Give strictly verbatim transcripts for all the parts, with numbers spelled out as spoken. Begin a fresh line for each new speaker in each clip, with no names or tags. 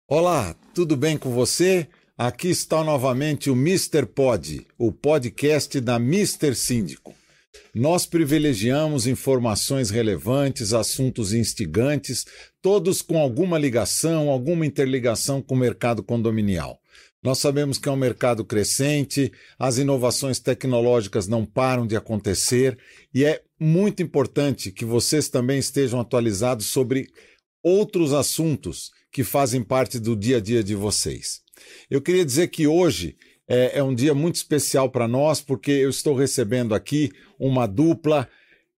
Olá, tudo bem com você? Aqui está novamente o mister Pod, o podcast da mister Síndico. Nós privilegiamos informações relevantes, assuntos instigantes, todos com alguma ligação, alguma interligação com o mercado condominial. Nós sabemos que é um mercado crescente, as inovações tecnológicas não param de acontecer e é muito importante que vocês também estejam atualizados sobre outros assuntos que fazem parte do dia a dia de vocês. Eu queria dizer que hoje é, é um dia muito especial para nós, porque eu estou recebendo aqui uma dupla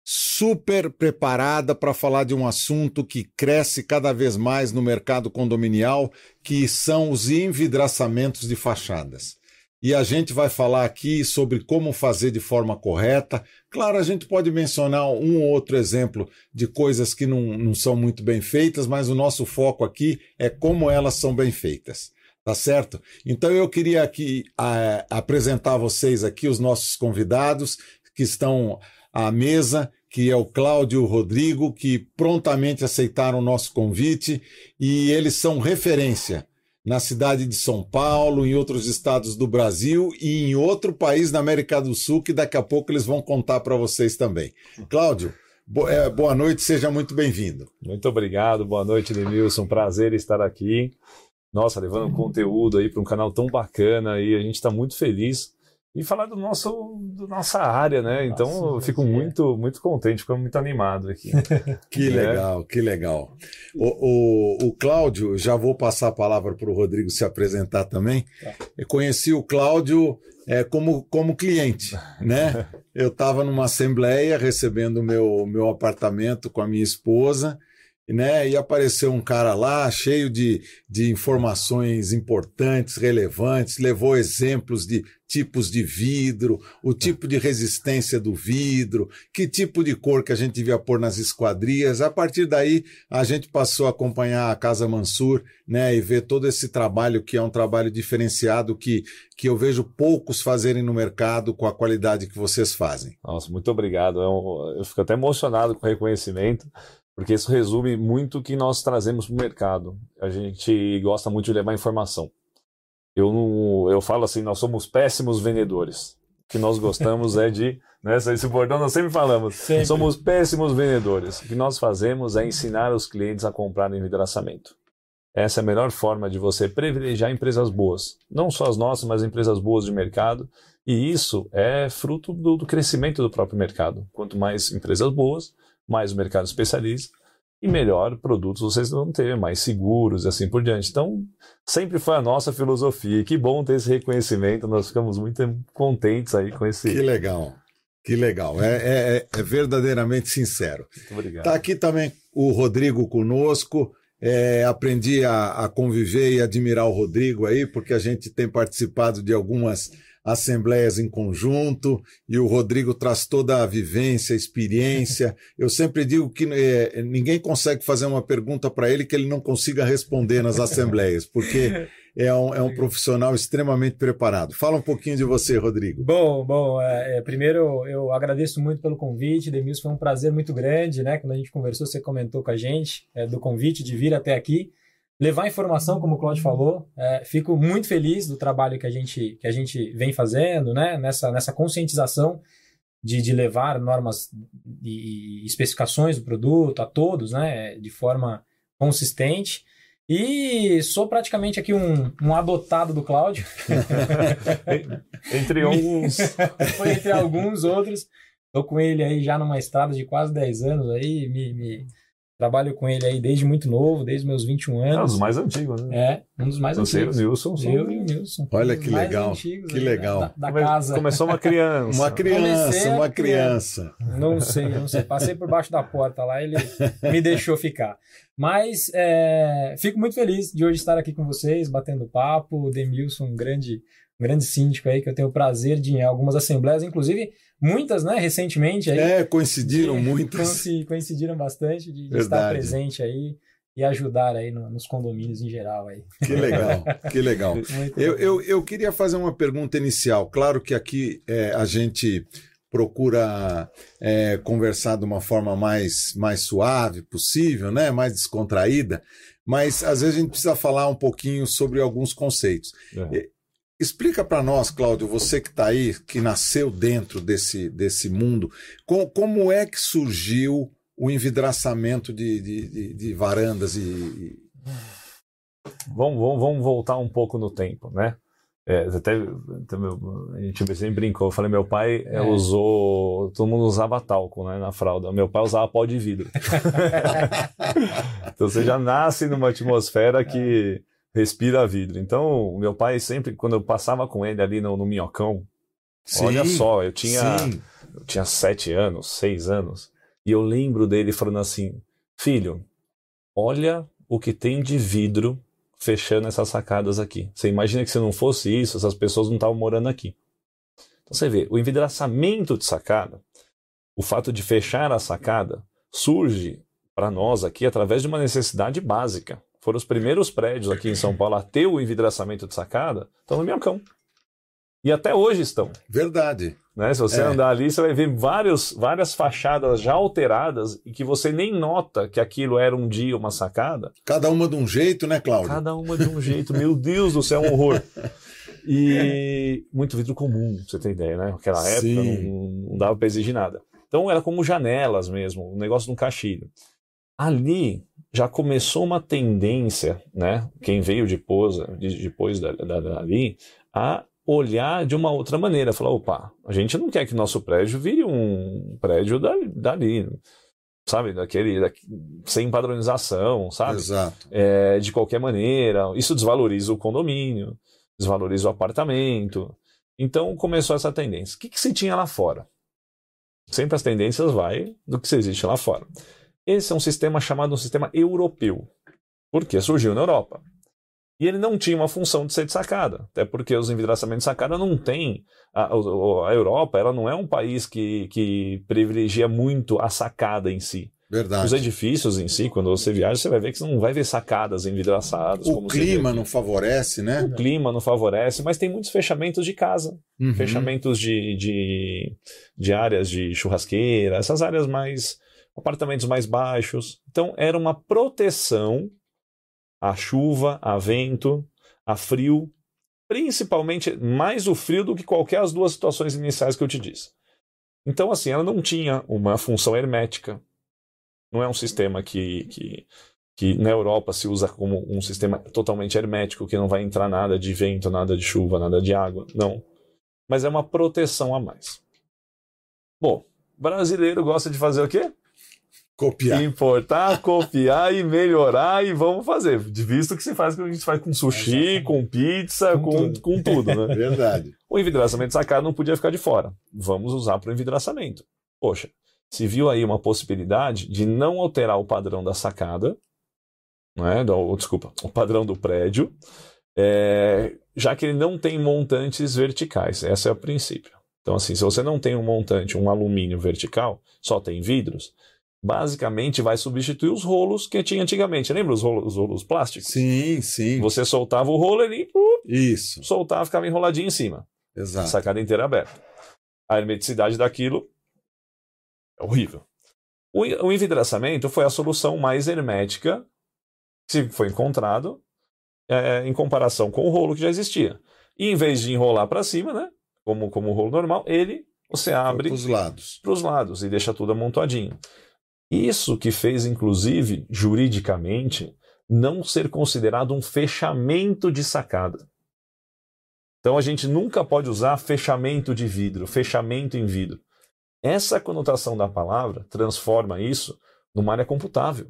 super preparada para falar de um assunto que cresce cada vez mais no mercado condominial, que são os envidraçamentos de fachadas. E a gente vai falar aqui sobre como fazer de forma correta. Claro, a gente pode mencionar um ou outro exemplo de coisas que não, não são muito bem feitas, mas o nosso foco aqui é como elas são bem feitas. Tá certo? Então eu queria aqui a, apresentar a vocês aqui os nossos convidados que estão à mesa, que é o Cláudio e o Rodrigo, que prontamente aceitaram o nosso convite, e eles são referência na cidade de São Paulo, em outros estados do Brasil e em outro país da América do Sul, que daqui a pouco eles vão contar para vocês também. Cláudio, boa noite, seja muito bem-vindo.
Muito obrigado, boa noite, Demilson, prazer estar aqui. Nossa, levando um conteúdo aí para um canal tão bacana e a gente está muito feliz e falar do nosso, da nossa área, né? Então nossa, eu fico muito, muito contente, fico muito animado aqui.
Que legal, que legal. O, o, o Cláudio, já vou passar a palavra para o Rodrigo se apresentar também. Tá. Eu conheci o Cláudio é, como, como cliente, né? Eu estava numa assembleia recebendo o meu, meu apartamento com a minha esposa, né? E apareceu um cara lá cheio de, de informações importantes, relevantes, levou exemplos de tipos de vidro, o tipo de resistência do vidro, que tipo de cor que a gente devia pôr nas esquadrias. A partir daí, a gente passou a acompanhar a Casa Mansur, né? E ver todo esse trabalho que é um trabalho diferenciado que, que eu vejo poucos fazerem no mercado com a qualidade que vocês fazem.
Nossa, muito obrigado. Eu, eu fico até emocionado com o reconhecimento, porque isso resume muito o que nós trazemos para o mercado. A gente gosta muito de levar informação. Eu, não, eu falo assim, nós somos péssimos vendedores. O que nós gostamos é de... Né, esse bordão nós sempre falamos. Sempre. Somos péssimos vendedores. O que nós fazemos é ensinar os clientes a comprarem envidraçamento. Essa é a melhor forma de você privilegiar empresas boas. Não só as nossas, mas empresas boas de mercado. E isso é fruto do, do crescimento do próprio mercado. Quanto mais empresas boas, mais o mercado especializa e melhor produtos vocês vão ter, mais seguros e assim por diante. Então, sempre foi a nossa filosofia. E que bom ter esse reconhecimento, nós ficamos muito contentes aí com esse...
Que legal, que legal. É, é, é verdadeiramente sincero.
Muito obrigado.
Está aqui também o Rodrigo conosco. É, aprendi a, a conviver e admirar o Rodrigo aí, porque a gente tem participado de algumas assembleias em conjunto, e o Rodrigo traz toda a vivência, a experiência. Eu sempre digo que é, ninguém consegue fazer uma pergunta para ele que ele não consiga responder nas assembleias, porque é um, é um profissional extremamente preparado. Fala um pouquinho de você, Rodrigo.
Bom, bom é, primeiro eu agradeço muito pelo convite, Demilson, foi um prazer muito grande, né? Quando a gente conversou, você comentou com a gente é, do convite de vir até aqui. Levar informação, como o Cláudio falou, é, fico muito feliz do trabalho que a gente, que a gente vem fazendo, né? nessa, nessa conscientização de, de levar normas e especificações do produto a todos, né? De forma consistente. E sou praticamente aqui um, um adotado do Cláudio.
Entre alguns.
Foi entre alguns outros. Estou com ele aí já numa estrada de quase dez anos aí, me... me... Trabalho com ele aí desde muito novo, desde meus vinte e um anos.
É um dos mais antigos, né?
É, um dos mais
Você
antigos.
Você e o Nilson. São...
Eu e o Nilson.
Olha que legal, que
aí,
legal.
Da, da casa.
Começou uma criança.
Uma criança, Comecei uma criança.
criança. Não sei, não sei. Passei por baixo da porta lá, ele me deixou ficar. Mas é, fico muito feliz de hoje estar aqui com vocês, batendo papo. O Demilson, um grande, um grande síndico aí, que eu tenho o prazer de ir em algumas assembleias, inclusive... Muitas, né, recentemente. Aí,
é, coincidiram de, muitas.
Coincidiram bastante de, de estar presente aí e ajudar aí no, nos condomínios em geral. Aí.
Que legal, que legal. eu, eu, eu queria fazer uma pergunta inicial. Claro que aqui é, a gente procura é, conversar de uma forma mais, mais suave possível, né? Mais descontraída, mas às vezes a gente precisa falar um pouquinho sobre alguns conceitos. É. Explica para nós, Cláudio, você que está aí, que nasceu dentro desse, desse mundo, com, como é que surgiu o envidraçamento de, de, de, de varandas e...
Vamos, vamos, vamos voltar um pouco no tempo, né? É, até, até meu, a gente sempre brincou, eu falei, meu pai é. usou, todo mundo usava talco, né, na fralda, meu pai usava pó de vidro. Então você já nasce numa atmosfera que respira vidro. Então, meu pai sempre, quando eu passava com ele ali no, no Minhocão, sim, olha só, eu tinha, eu tinha sete anos, seis anos, e eu lembro dele falando assim, filho, olha o que tem de vidro fechando essas sacadas aqui. Você imagina que se não fosse isso, essas pessoas não estavam morando aqui. Então você vê, o envidraçamento de sacada, o fato de fechar a sacada, surge para nós aqui através de uma necessidade básica. Foram os primeiros prédios aqui em São Paulo a ter o envidraçamento de sacada, estão no Minhocão. E até hoje estão.
Verdade.
Né? Se você é. andar ali, você vai ver vários, várias fachadas já alteradas e que você nem nota que aquilo era um dia uma sacada.
Cada uma de um jeito, né, Cláudio?
Cada uma de um jeito. Meu Deus do céu, é um horror. E muito vidro comum, pra você ter ideia, né? Naquela época não, não dava para exigir nada. Então era como janelas mesmo, um negócio de um caixilho. Ali já começou uma tendência, né? Quem veio depois, depois dali, a olhar de uma outra maneira, falar, opa, a gente não quer que nosso prédio vire um prédio dali, dali sabe, daquele, daqui, sem padronização, sabe?
Exato.
É, de qualquer maneira, isso desvaloriza o condomínio, desvaloriza o apartamento, então começou essa tendência. O que, que se tinha lá fora? Sempre as tendências vai do que se existe lá fora. Esse é um sistema chamado um sistema europeu, porque surgiu na Europa. E ele não tinha uma função de ser de sacada, até porque os envidraçamentos de sacada não tem. A, a Europa ela não é um país que, que privilegia muito a sacada em si.
Verdade.
Os edifícios em si, quando você viaja, você vai ver que você não vai ver sacadas envidraçadas.
O
como
clima não favorece, né?
O clima não favorece, mas tem muitos fechamentos de casa, uhum. fechamentos de, de, de áreas de churrasqueira, essas áreas mais. Apartamentos mais baixos. Então era uma proteção a chuva, a vento, a frio, principalmente mais o frio do que qualquer das duas situações iniciais que eu te disse. Então, assim, ela não tinha uma função hermética. Não é um sistema que, que, que na Europa se usa como um sistema totalmente hermético, que não vai entrar nada de vento, nada de chuva, nada de água. Não. Mas é uma proteção a mais. Bom, brasileiro gosta de fazer o quê?
Copiar.
Importar, copiar e melhorar e vamos fazer. Visto que se faz o que a gente faz com sushi, com pizza, com, com, tudo. com tudo, né?
Verdade.
O envidraçamento de sacada não podia ficar de fora. Vamos usar para o envidraçamento. Poxa, se viu aí uma possibilidade de não alterar o padrão da sacada, né? Do, desculpa, o padrão do prédio, é, já que ele não tem montantes verticais. Esse é o princípio. Então, assim, se você não tem um montante, um alumínio vertical, só tem vidros, basicamente vai substituir os rolos que tinha antigamente. Lembra os rolos, os rolos plásticos?
Sim, sim.
Você soltava o rolo ali, uh,
isso.
soltava, ficava enroladinho em cima.
Exato.
Sacada inteira aberta. A hermeticidade daquilo é horrível. O, o envidraçamento foi a solução mais hermética que foi encontrado é, em comparação com o rolo que já existia. E em vez de enrolar para cima, né, como, como o rolo normal, ele você abre
para os lados.
Para os lados e deixa tudo amontoadinho. Isso que fez, inclusive, juridicamente, não ser considerado um fechamento de sacada. Então a gente nunca pode usar fechamento de vidro, fechamento em vidro. Essa conotação da palavra transforma isso numa área computável.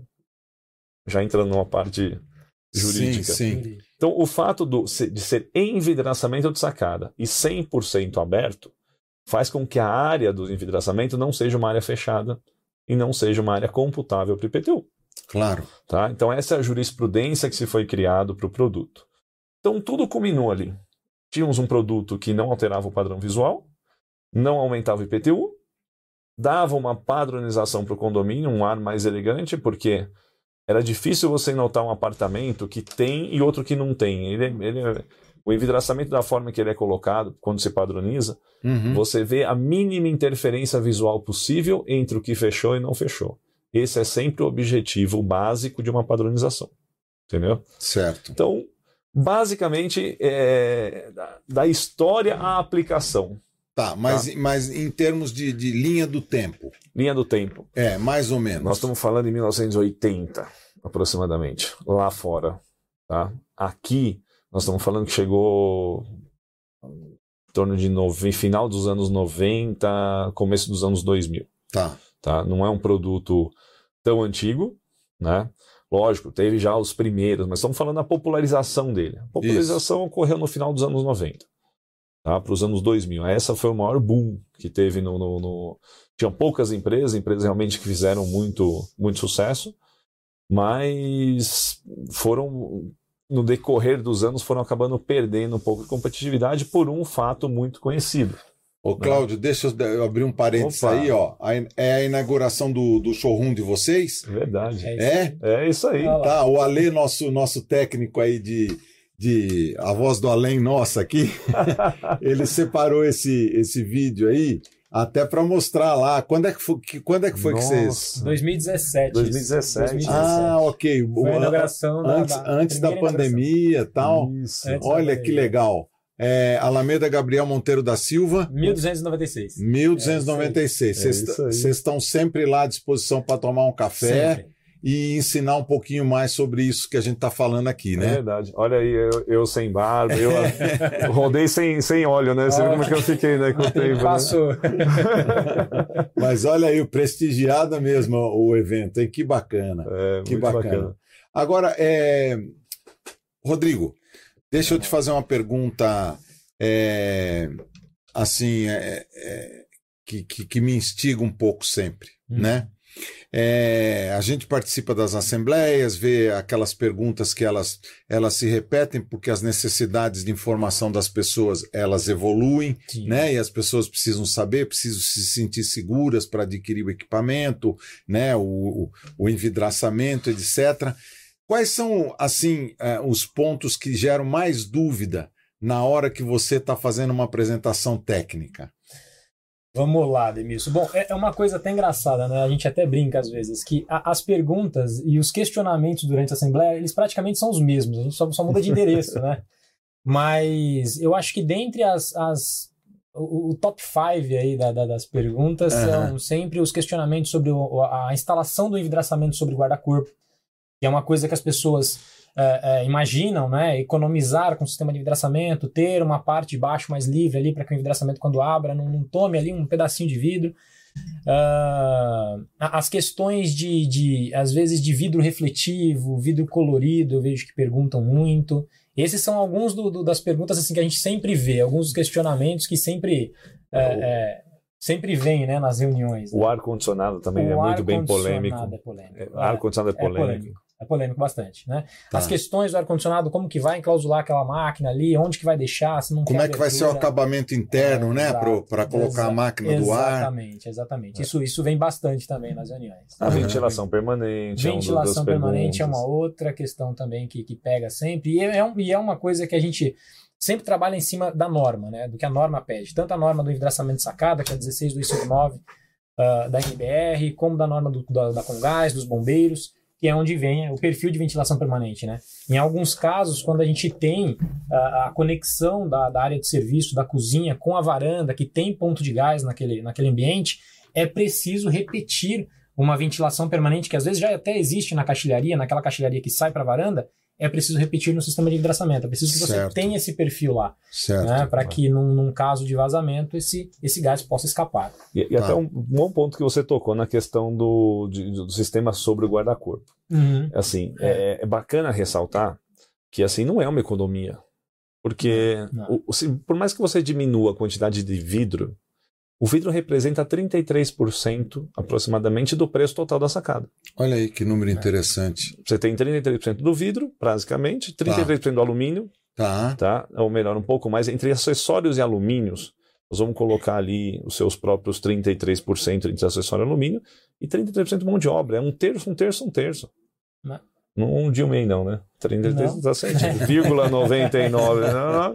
Já entrando numa parte jurídica.
Sim, sim.
Então o fato do, de ser envidraçamento de sacada e cem por cento aberto faz com que a área do envidraçamento não seja uma área fechada e não seja uma área computável para o I P T U.
Claro.
Tá? Então essa é a jurisprudência que se foi criado para o produto. Então tudo culminou ali. Tínhamos um produto que não alterava o padrão visual, não aumentava o I P T U, dava uma padronização para o condomínio, um ar mais elegante, porque era difícil você notar um apartamento que tem e outro que não tem. Ele, ele, O envidraçamento, da forma que ele é colocado, quando se padroniza,
Uhum.
você vê a mínima interferência visual possível entre o que fechou e não fechou. Esse é sempre o objetivo básico de uma padronização. Entendeu?
Certo.
Então, basicamente, é, da, da história à aplicação.
Tá, mas,
Tá.
mas em termos de, de linha do tempo.
Linha do tempo.
É, mais ou menos.
Nós estamos falando em mil novecentos e oitenta, aproximadamente, lá fora. Tá? Aqui, nós estamos falando que chegou em torno de nove... final dos anos noventa, começo dos anos dois mil.
Tá.
Tá? Não é um produto tão antigo, né? Lógico, teve já os primeiros, mas estamos falando da popularização dele. A popularização Isso. ocorreu no final dos anos noventa, tá? Para os anos dois mil. Essa foi o maior boom que teve no... no, no... Tinham poucas empresas, empresas realmente que fizeram muito, muito sucesso, mas foram... no decorrer dos anos foram acabando perdendo um pouco de competitividade por um fato muito conhecido.
Ô, Cláudio, né? Deixa eu abrir um parênteses
Opa.
aí, ó. É a inauguração do, do showroom de vocês?
Verdade.
É?
É isso aí.
Tá, o Ale, nosso, nosso técnico aí de, de A Voz do Além nossa aqui, ele separou esse, esse vídeo aí até para mostrar lá. Quando é que foi, quando é que, foi que vocês...
dois mil e dezessete.
dois mil e dezessete.
Ah, ok.
Foi a inauguração da,
antes,
da,
antes da pandemia e tal.
Isso.
Olha que legal. É, Alameda Gabriel Monteiro da Silva.
mil duzentos e noventa e seis.
mil duzentos e noventa e seis. Vocês é estão sempre lá à disposição para tomar um café sempre. E ensinar um pouquinho mais sobre isso que a gente está falando aqui, né?
É verdade. Olha aí, eu, eu sem barba, eu rodei sem, sem óleo, né? Você viu como é que eu fiquei, né? Com o tempo,
Passou.
Né?
Mas olha aí, prestigiada mesmo o evento, hein? Que bacana.
É,
que
muito
bacana.
bacana.
Agora, é... Rodrigo, deixa eu te fazer uma pergunta é, assim, é, é, que, que, que me instiga um pouco sempre, hum. né? É, a gente participa das assembleias, vê aquelas perguntas que elas, elas se repetem porque as necessidades de informação das pessoas elas evoluem, Sim. né? E as pessoas precisam saber, precisam se sentir seguras para adquirir o equipamento, né? O, o, o envidraçamento, etcétera. Quais são, assim, uh, os pontos que geram mais dúvida na hora que você está fazendo uma apresentação técnica?
Vamos lá, Demilson. Bom, é uma coisa até engraçada, né? A gente até brinca às vezes, que a, as perguntas e os questionamentos durante a Assembleia, eles praticamente são os mesmos, a gente só, só muda de endereço, né? Mas eu acho que dentre as... as o, o top five aí da, da, das perguntas uhum. são sempre os questionamentos sobre o, a instalação do envidraçamento sobre o guarda-corpo, que é uma coisa que as pessoas é, é, imaginam, né? Economizar com o sistema de envidraçamento, ter uma parte de baixo mais livre ali para que o envidraçamento, quando abra, não, não tome ali um pedacinho de vidro. Uh, as questões de, de, às vezes, de vidro refletivo, vidro colorido, eu vejo que perguntam muito. Esses são alguns do, do, das perguntas assim, que a gente sempre vê, alguns dos questionamentos que sempre... É, é, sempre vem, né, nas reuniões.
O
né?
ar-condicionado também o é muito bem polêmico.
É polêmico.
É, ar-condicionado é, é polêmico.
polêmico. É polêmico bastante, né?
Tá.
As questões do ar-condicionado, como que vai enclausular aquela máquina ali, onde que vai deixar, se não
Como é que vai ser o acabamento interno, é, né, para colocar a máquina do ar.
Exatamente, exatamente. É. Isso, isso vem bastante também nas reuniões.
A uhum. ventilação permanente.
Ventilação
é um
permanente é uma outra questão também que, que pega sempre. E é, um, e é uma coisa que a gente sempre trabalha em cima da norma, né? Do que a norma pede. Tanto a norma do envidraçamento de sacada, que é dezesseis mil duzentos e cinquenta e nove uh, da N B R, como da norma do, da, da Congás, dos bombeiros, que é onde vem o perfil de ventilação permanente, né? Em alguns casos, quando a gente tem uh, a conexão da, da área de serviço, da cozinha, com a varanda, que tem ponto de gás naquele, naquele ambiente, é preciso repetir uma ventilação permanente, que às vezes já até existe na caixilharia, naquela caixilharia que sai para a varanda, é preciso repetir no sistema de envidraçamento. É preciso que você certo. tenha esse perfil lá, né, para que num, num caso de vazamento esse, esse gás possa escapar.
E, e ah. até um bom ponto que você tocou na questão do, de, do sistema sobre o guarda-corpo.
Uhum.
Assim, é. É, é bacana ressaltar que assim não é uma economia. Porque o, o, se, por mais que você diminua a quantidade de vidro, o vidro representa trinta e três por cento aproximadamente do preço total da sacada.
Olha aí que número interessante.
Você tem trinta e três por cento do vidro, basicamente, trinta e três por cento tá. do alumínio,
tá.
Tá? Ou melhor, um pouco mais, entre acessórios e alumínios, nós vamos colocar ali os seus próprios trinta e três por cento entre acessório e alumínio e trinta e três por cento mão de obra. É um terço, um terço, um terço.
Não.
Não de um meio não, né? trinta e três está certinho. vírgula noventa e nove. Não, não.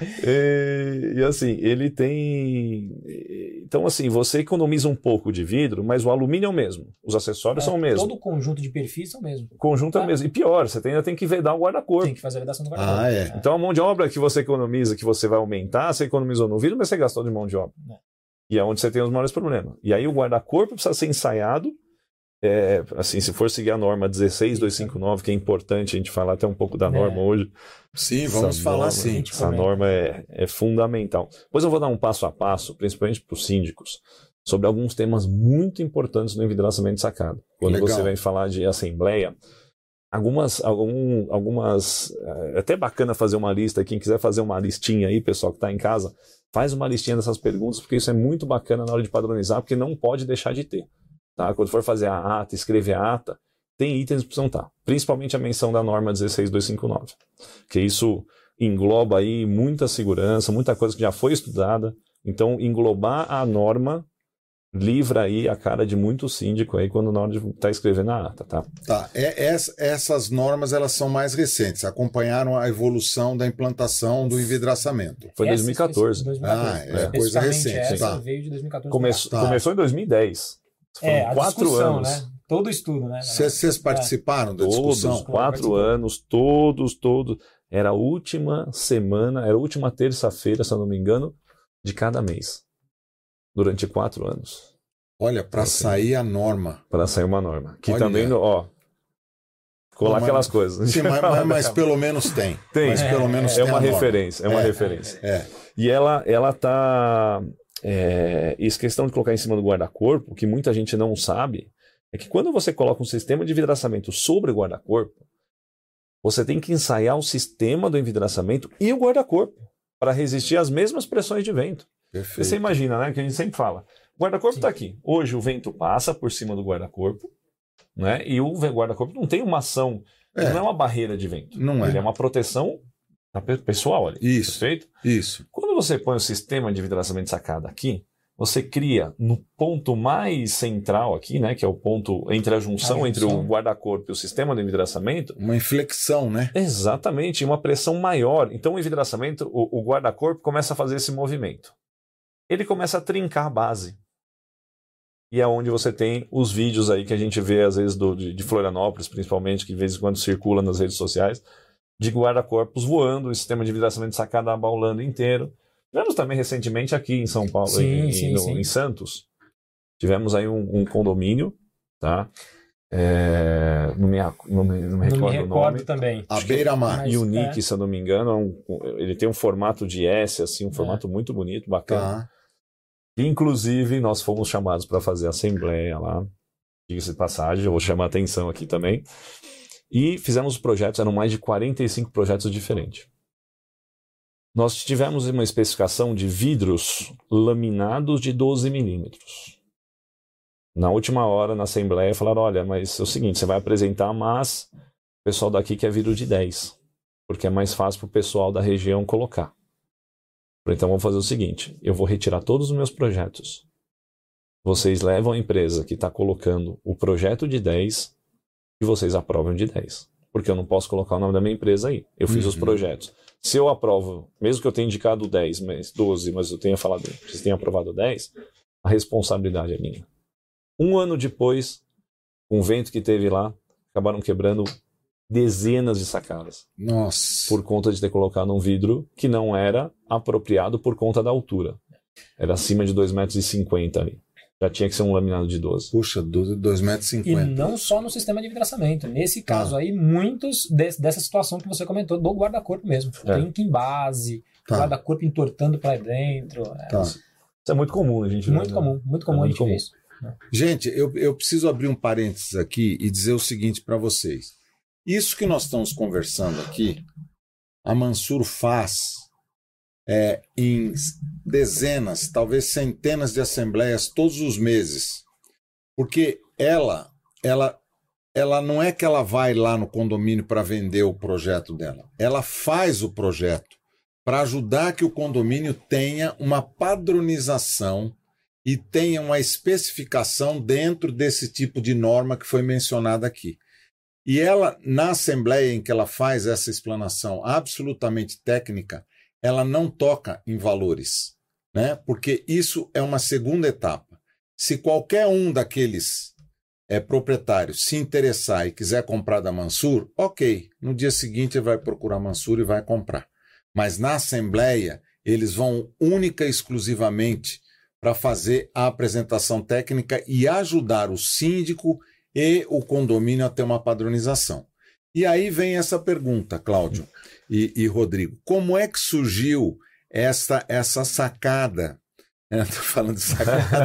E, e assim, ele tem... Então assim, você economiza um pouco de vidro, mas o alumínio é o mesmo. Os acessórios
é,
são o mesmo.
Todo o conjunto de perfis são o mesmo.
O conjunto
ah.
é o mesmo. E pior, você ainda tem que vedar o guarda-corpo.
Tem que fazer a vedação do guarda-corpo.
Ah, é.
Então a mão de obra que você economiza, que você vai aumentar, você economizou no vidro, mas você gastou de mão de obra. É. E é onde você tem os maiores problemas. E aí o guarda-corpo precisa ser ensaiado. É, assim, se for seguir a norma dezesseis mil duzentos e cinquenta e nove, que é importante a gente falar até um pouco da norma é. hoje.
Sim, vamos
essa
falar
norma,
sim.
Essa norma é, é fundamental. Depois eu vou dar um passo a passo, principalmente para os síndicos, sobre alguns temas muito importantes no envidraçamento de sacada. Quando Legal. Você vem falar de assembleia, algumas, algum, algumas... É até bacana fazer uma lista, quem quiser fazer uma listinha aí, pessoal que está em casa, faz uma listinha dessas perguntas, porque isso é muito bacana na hora de padronizar, porque não pode deixar de ter. Tá? Quando for fazer a ata, escrever a ata, tem itens que precisam estar. Principalmente a menção da norma dezesseis mil duzentos e cinquenta e nove. Que isso engloba aí muita segurança, muita coisa que já foi estudada. Então, englobar a norma livra aí a cara de muito síndico aí quando na hora de estar tá escrevendo a ata. Tá,
tá. É, é, essas normas elas são mais recentes, acompanharam a evolução da implantação do envidraçamento.
Foi em dois mil e quatorze.
dois mil e quatorze.
Ah, é, é coisa recente.
Essa
tá.
veio de dois mil e quatorze.
Come tá. Começou em dois mil e dez. Foram
é, a
quatro anos.
Né? Todo estudo, né?
Vocês participaram é. da discussão?
Todos, quatro anos, todos, todos. Era a última semana, era a última terça-feira, se eu não me engano, de cada mês. Durante quatro anos.
Olha, para sair a norma.
Para sair uma norma. Que
Olha.
também, ó... Colar
mas,
aquelas coisas.
Sim, mas, mas, mas pelo menos tem.
Tem.
Mas pelo menos
é
tem
uma
a
referência,
norma.
é uma
é,
referência.
É.
E ela, ela tá... É, isso questão de colocar em cima do guarda-corpo, que muita gente não sabe, é que quando você coloca um sistema de envidraçamento sobre o guarda-corpo, você tem que ensaiar o sistema do envidraçamento e o guarda-corpo para resistir às mesmas pressões de vento.
Perfeito.
Você imagina, né? Que a gente sempre fala. O guarda-corpo está aqui. Hoje o vento passa por cima do guarda-corpo, né? E o guarda-corpo não tem uma ação, é. não é uma barreira de vento.
Não é.
Ele é uma proteção pessoal ali.
Isso.
Perfeito?
Isso.
Quando você põe o sistema de envidraçamento de sacada aqui, você cria no ponto mais central aqui, né, que é o ponto entre a junção, a junção. entre o guarda-corpo e o sistema de envidraçamento.
Uma inflexão, né?
Exatamente, uma pressão maior. Então o envidraçamento, o, o guarda-corpo começa a fazer esse movimento. Ele começa a trincar a base. E é onde você tem os vídeos aí que a gente vê, às vezes, do, de, de Florianópolis, principalmente, que de vez em quando circula nas redes sociais, de guarda-corpos voando, o sistema de envidraçamento de sacada abaulando inteiro. Tivemos também recentemente aqui em São Paulo,
sim,
em,
sim,
no,
sim.
em Santos, tivemos aí um, um condomínio, tá? É, não, me, não, me, não me recordo,
não me
o nome.
Também.
A Beira-Mar.
Unique, é. se eu não me engano, é um, ele tem um formato de S, assim, um formato é. muito bonito, bacana. Tá. Inclusive, nós fomos chamados para fazer assembleia lá, diga-se de passagem, eu vou chamar a atenção aqui também. E fizemos projetos, eram mais de quarenta e cinco projetos diferentes. Nós tivemos uma especificação de vidros laminados de doze milímetros. Na última hora, na assembleia, falaram, olha, mas é o seguinte, você vai apresentar, mas o pessoal daqui quer vidro de dez, porque é mais fácil para o pessoal da região colocar. Então vamos fazer o seguinte, eu vou retirar todos os meus projetos. Vocês levam a empresa que está colocando o projeto de dez e vocês aprovam de dez. Porque eu não posso colocar o nome da minha empresa aí. Eu fiz uhum. os projetos. Se eu aprovo, mesmo que eu tenha indicado dez, mas doze, mas eu tenha falado, vocês tenham aprovado dez, a responsabilidade é minha. Um ano depois, com o vento que teve lá, acabaram quebrando dezenas de sacadas.
Nossa.
Por conta de ter colocado um vidro que não era apropriado por conta da altura. Era acima de dois metros e cinquenta ali. Já tinha que ser um laminado de doze.
Puxa, dois metros e cinquenta.
E não só no sistema de envidraçamento. Nesse caso tá. aí, muitos de, dessa situação que você comentou, do guarda-corpo mesmo. É. Trinca em base, tá. guarda-corpo entortando para dentro. É.
Tá. Isso é muito comum, a gente
Muito
vê,
comum,
né?
muito comum
é
a
muito
gente
comum.
ver isso.
Gente, eu, eu preciso abrir um parênteses aqui e dizer o seguinte para vocês. Isso que nós estamos conversando aqui, a Mansur faz é, em dezenas, talvez centenas de assembleias todos os meses. Porque ela, ela, ela não é que ela vai lá no condomínio para vender o projeto dela. Ela faz o projeto para ajudar que o condomínio tenha uma padronização e tenha uma especificação dentro desse tipo de norma que foi mencionada aqui. E ela, na assembleia em que ela faz essa explanação absolutamente técnica, ela não toca em valores, né? Porque isso é uma segunda etapa. Se qualquer um daqueles é, proprietários se interessar e quiser comprar da Mansur, ok, no dia seguinte ele vai procurar a Mansur e vai comprar. Mas na assembleia, eles vão única e exclusivamente para fazer a apresentação técnica e ajudar o síndico e o condomínio a ter uma padronização. E aí vem essa pergunta, Cláudio e, e Rodrigo. Como é que surgiu essa, essa sacada? Estou falando de sacada.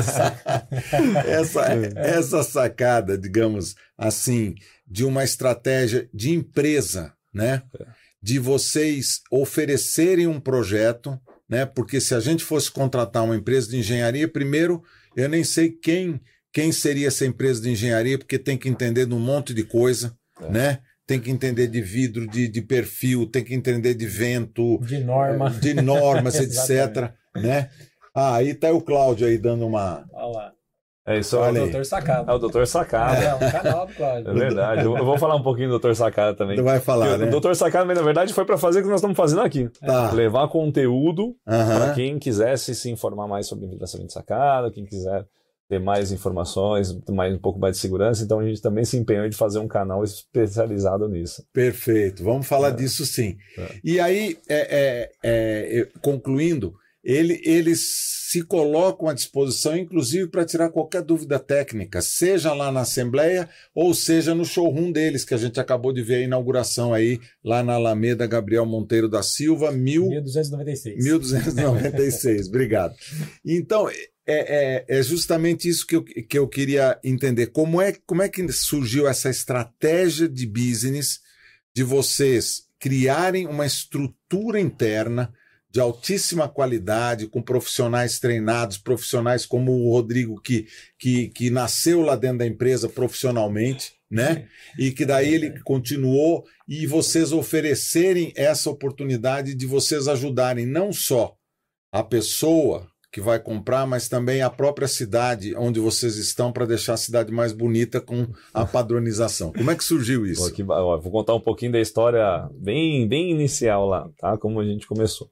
essa, essa sacada, digamos assim, de uma estratégia de empresa, né? De vocês oferecerem um projeto, né? Porque se a gente fosse contratar uma empresa de engenharia, primeiro, eu nem sei quem... Quem seria essa empresa de engenharia, porque tem que entender de um monte de coisa, é. né? Tem que entender de vidro, de, de perfil, tem que entender de vento,
de norma,
de normas, etcétera. Né? Ah, aí tá o Cláudio aí dando uma...
Olha lá.
É isso,
é o doutor Sacada.
É o doutor Sacada.
É, é um canal do Cláudio.
É verdade. Eu vou falar um pouquinho do doutor Sacada também.
Tu vai falar,
Porque
né?
O doutor Sacada, na verdade, foi para fazer o que nós estamos fazendo aqui.
Tá.
Levar conteúdo
uhum.
para quem quisesse se informar mais sobre vidraçamento de sacada, quem quiser ter mais informações, mais, um pouco mais de segurança, então a gente também se empenhou de fazer um canal especializado nisso.
Perfeito, vamos falar é. disso sim. É. E aí, é, é, é, concluindo, ele, eles se colocam à disposição, inclusive para tirar qualquer dúvida técnica, seja lá na Assembleia ou seja no showroom deles, que a gente acabou de ver a inauguração aí, lá na Alameda Gabriel Monteiro da Silva, mil...
mil duzentos e noventa e seis.
mil duzentos e noventa e seis, obrigado. Então... É, é, é justamente isso que eu, que eu queria entender. Como é, como é que surgiu essa estratégia de business de vocês criarem uma estrutura interna de altíssima qualidade, com profissionais treinados, profissionais como o Rodrigo, que, que, que nasceu lá dentro da empresa profissionalmente, né? E que daí ele continuou, e vocês oferecerem essa oportunidade de vocês ajudarem não só a pessoa que vai comprar, mas também a própria cidade onde vocês estão para deixar a cidade mais bonita com a padronização. Como é que surgiu isso?
Pô, que, ó, vou contar um pouquinho da história bem, bem inicial lá, tá? Como a gente começou.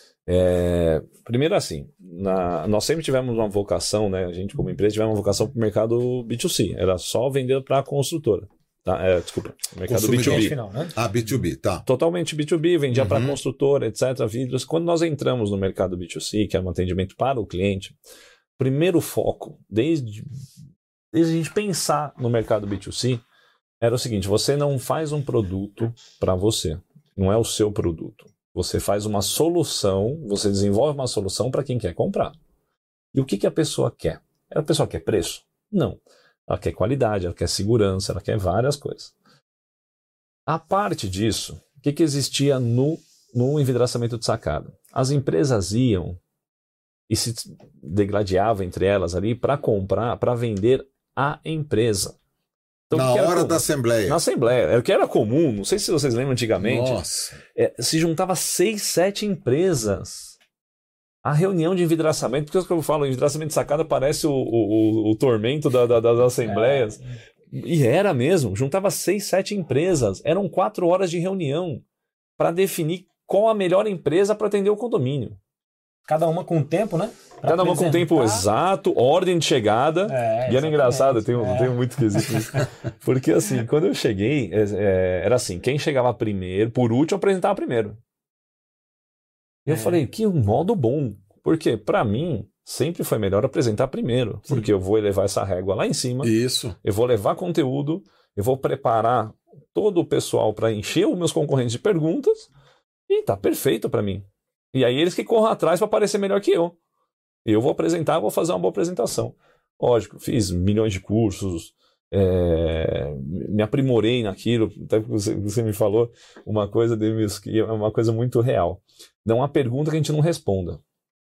É, primeiro assim, na, nós sempre tivemos uma vocação, né? A gente como empresa tivemos uma vocação para o mercado B dois C, era só vender para a construtora. Tá, é, desculpa, mercado B dois B.
Final, né?
Ah, B dois B, tá.
Totalmente B dois B, vendia
uhum.
para construtora, etcétera. Vidros. Quando nós entramos no mercado B dois C, que era um atendimento para o cliente, primeiro foco, desde, desde a gente pensar no mercado B dois C, era o seguinte: você não faz um produto para você, não é o seu produto. Você faz uma solução, você desenvolve uma solução para quem quer comprar. E o que, que a pessoa quer? A pessoa quer preço? Não. Ela quer qualidade, ela quer segurança, ela quer várias coisas. A parte disso, o que, que existia no, no envidraçamento de sacada? As empresas iam e se degladiavam entre elas ali para comprar, para vender a empresa. Então,
na hora
comum?
da Assembleia.
Na Assembleia. O que era comum, não sei se vocês lembram antigamente,
Nossa.
É, se juntava seis, sete empresas. A reunião de envidraçamento, porque eu falo, envidraçamento de sacada parece o, o, o, o tormento da, da, das assembleias. É. E era mesmo, juntava seis, sete empresas. Eram quatro horas de reunião para definir qual a melhor empresa para atender o condomínio.
Cada uma com tempo, né? Pra
Cada uma com tempo exato, ordem de chegada. É, e era engraçado, eu tenho, é. tenho muito quesito nisso. Porque assim, quando eu cheguei, é, era assim, quem chegava primeiro, por último, apresentava primeiro. E eu é. falei, que modo bom. Porque, para mim, sempre foi melhor apresentar primeiro. Sim. Porque eu vou levar essa régua lá em cima.
Isso.
Eu vou levar conteúdo. Eu vou preparar todo o pessoal para encher os meus concorrentes de perguntas. E tá perfeito para mim. E aí eles que corram atrás para parecer melhor que eu. Eu vou apresentar, vou fazer uma boa apresentação. Lógico, fiz milhões de cursos. É, me aprimorei naquilo, até que você, você me falou uma coisa, Demis, que é uma coisa muito real. Não há pergunta que a gente não responda.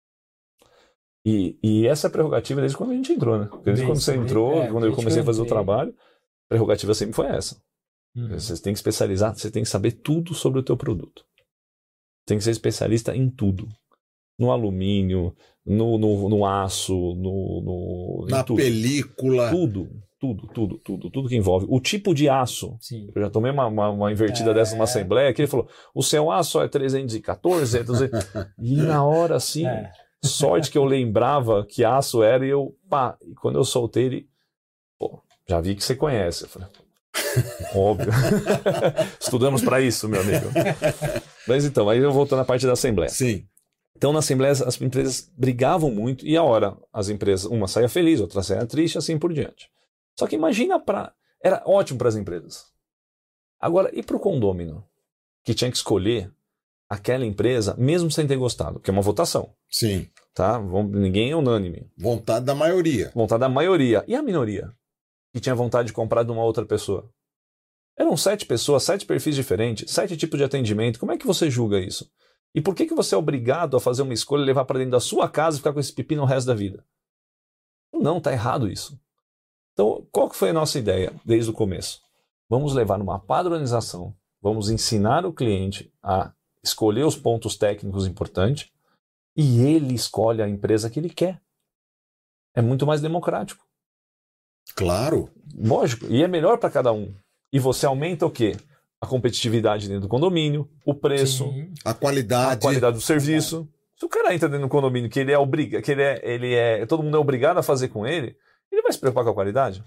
E, e essa é a prerrogativa desde quando a gente entrou, né? Desde quando você entrou, é, quando eu comecei a fazer o trabalho, a prerrogativa sempre foi essa. Uhum. Você tem que especializar, você tem que saber tudo sobre o teu produto. Tem que ser especialista em tudo. No alumínio, no, no, no aço, no, no
na
tudo.
película.
Tudo. tudo, tudo, tudo, tudo que envolve. O tipo de aço.
Sim.
Eu já tomei uma, uma, uma invertida
É.
dessa numa assembleia, que ele falou, o seu aço é trezentos e quatorze, é duzentos... E na hora, assim,
É.
sorte que eu lembrava que aço era, e eu, pá, e quando eu soltei ele, pô, já vi que você conhece. Eu falei, óbvio. Estudamos para isso, meu amigo. Mas então, aí eu voltando à parte da assembleia.
Sim.
Então, na assembleia, as empresas brigavam muito, e a hora, as empresas, uma saía feliz, outra saía triste, assim por diante. Só que imagina para... Era ótimo para as empresas. Agora, e para o condômino? Que tinha que escolher aquela empresa, mesmo sem ter gostado, que é uma votação.
Sim.
Tá? Ninguém é unânime.
Vontade da maioria.
Vontade da maioria. E a minoria? Que tinha vontade de comprar de uma outra pessoa. Eram sete pessoas, sete perfis diferentes, sete tipos de atendimento. Como é que você julga isso? E por que, que você é obrigado a fazer uma escolha, levar para dentro da sua casa e ficar com esse pepino o resto da vida? Não, tá errado isso. Então, qual que foi a nossa ideia desde o começo? Vamos levar numa padronização, vamos ensinar o cliente a escolher os pontos técnicos importantes e ele escolhe a empresa que ele quer. É muito mais democrático.
Claro.
Lógico, e é melhor para cada um. E você aumenta o quê? A competitividade dentro do condomínio, o preço,
Sim.
A qualidade.
a qualidade do serviço. Se o cara entra dentro do condomínio que ele é obrigado, que ele é, ele é, todo mundo é obrigado a fazer com ele, ele vai se preocupar com a qualidade?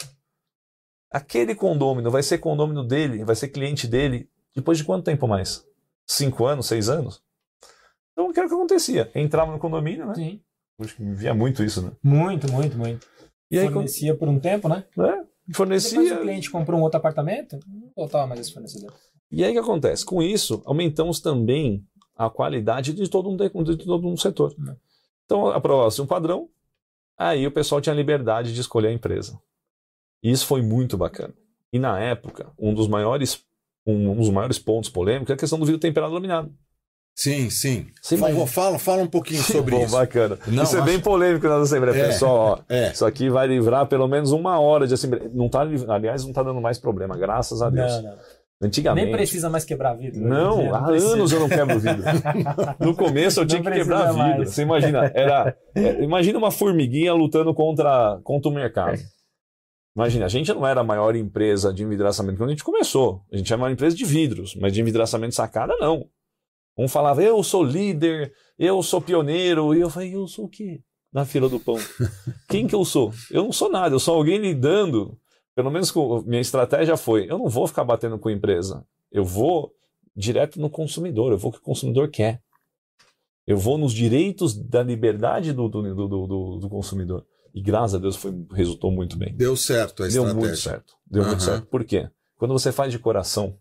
Aquele condômino vai ser condômino dele, vai ser cliente dele, depois de quanto tempo mais? Cinco anos, seis anos? Então, o que era que acontecia? Entrava no condomínio, né?
Sim.
Acho que via muito isso, né?
Muito, muito, muito.
E aí,
Fornecia por um tempo, né?
né? Fornecia.
Depois o cliente comprou um outro apartamento, não voltava mais esse fornecedor.
E aí o que acontece? Com isso, aumentamos também a qualidade de todo um, de todo um setor.
Uhum.
Então, aprova-se um padrão, aí o pessoal tinha liberdade de escolher a empresa. E isso foi muito bacana. E na época, um dos maiores, um, um dos maiores pontos polêmicos é a questão do vidro temperado laminado.
Sim, sim.
Você
Fala,
imagina-
fala, fala um pouquinho sobre
Bom,
isso.
bacana.
Não,
isso é bem
acho-
polêmico na Assembleia.
É,
Pessoal, ó,
é.
isso aqui vai livrar pelo menos uma hora de Assembleia. Não tá, liv- aliás, não está dando mais problema, graças a Deus.
Não, não.
Antigamente.
Nem precisa mais quebrar vidro.
Não,
Hoje em dia
há
precisa.
anos eu não quebro vidro. No começo eu tinha
Não
que
precisa
quebrar vidro.
mais.
Você imagina, era, é, imagina uma formiguinha lutando contra, contra o mercado. Imagina, a gente não era a maior empresa de envidraçamento quando a gente começou. A gente era uma empresa de vidros, mas de envidraçamento sacada, não. Um falava, eu sou líder, eu sou pioneiro, e eu falei, eu sou o quê? Na fila do pão. Quem que eu sou? Eu não sou nada, eu sou alguém lidando. Pelo menos com, minha estratégia foi, eu não vou ficar batendo com a empresa. Eu vou direto no consumidor, eu vou o que o consumidor quer. Eu vou nos direitos da liberdade do, do, do, do, do consumidor. E graças a Deus foi, resultou muito bem.
Deu certo a
Deu
estratégia.
muito certo. Deu muito
Aham.
certo. Por quê? Quando você faz de coração,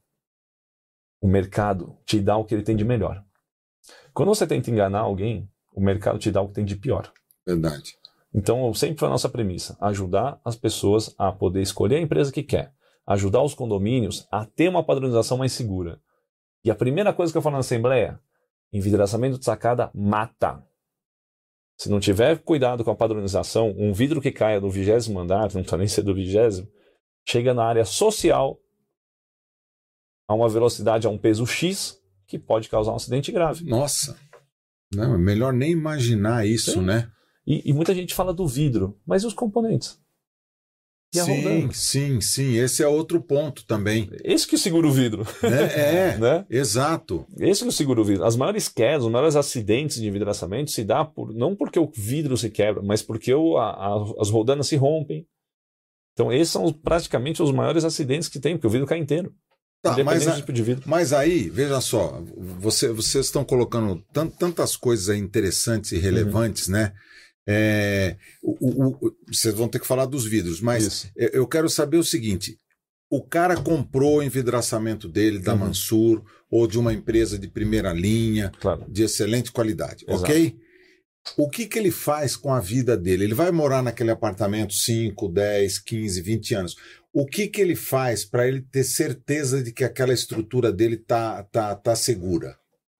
o mercado te dá o que ele tem de melhor. Quando você tenta enganar alguém, o mercado te dá o que tem de pior.
Verdade.
Então, sempre foi a nossa premissa, ajudar as pessoas a poder escolher a empresa que quer, ajudar os condomínios a ter uma padronização mais segura. E a primeira coisa que eu falo na Assembleia, envidraçamento de sacada mata. Se não tiver cuidado com a padronização, um vidro que caia do vigésimo andar, não precisa nem ser do vigésimo, chega na área social a uma velocidade, a um peso X, que pode causar um acidente grave.
Nossa. Não, é melhor nem imaginar isso,
Sim.
né?
E, e muita gente fala do vidro, mas e os componentes? E a
Sim,
rodando?
sim, sim. Esse é outro ponto também.
Esse que segura o vidro.
É, é
né?
exato.
Esse que segura o vidro. As maiores quedas, os maiores acidentes de envidraçamento se dá por, não porque o vidro se quebra, mas porque o, a, a, as rodanas se rompem. Então esses são praticamente os maiores acidentes que tem, porque o vidro cai inteiro.
Tá,
Independente
mas,
do tipo de vidro.
mas aí, veja só, você, vocês estão colocando tant, tantas coisas aí interessantes e relevantes, uhum. né? É, o, o, o, vocês vão ter que falar dos vidros, mas
Isso.
eu quero saber o seguinte: o cara comprou o envidraçamento dele da uhum. Mansur ou de uma empresa de primeira linha,
claro.
de excelente qualidade,
Exato.
ok? O que, que ele faz com a vida dele? Ele vai morar naquele apartamento cinco, dez, quinze, vinte anos. O que, que ele faz para ele ter certeza de que aquela estrutura dele tá, tá, tá segura?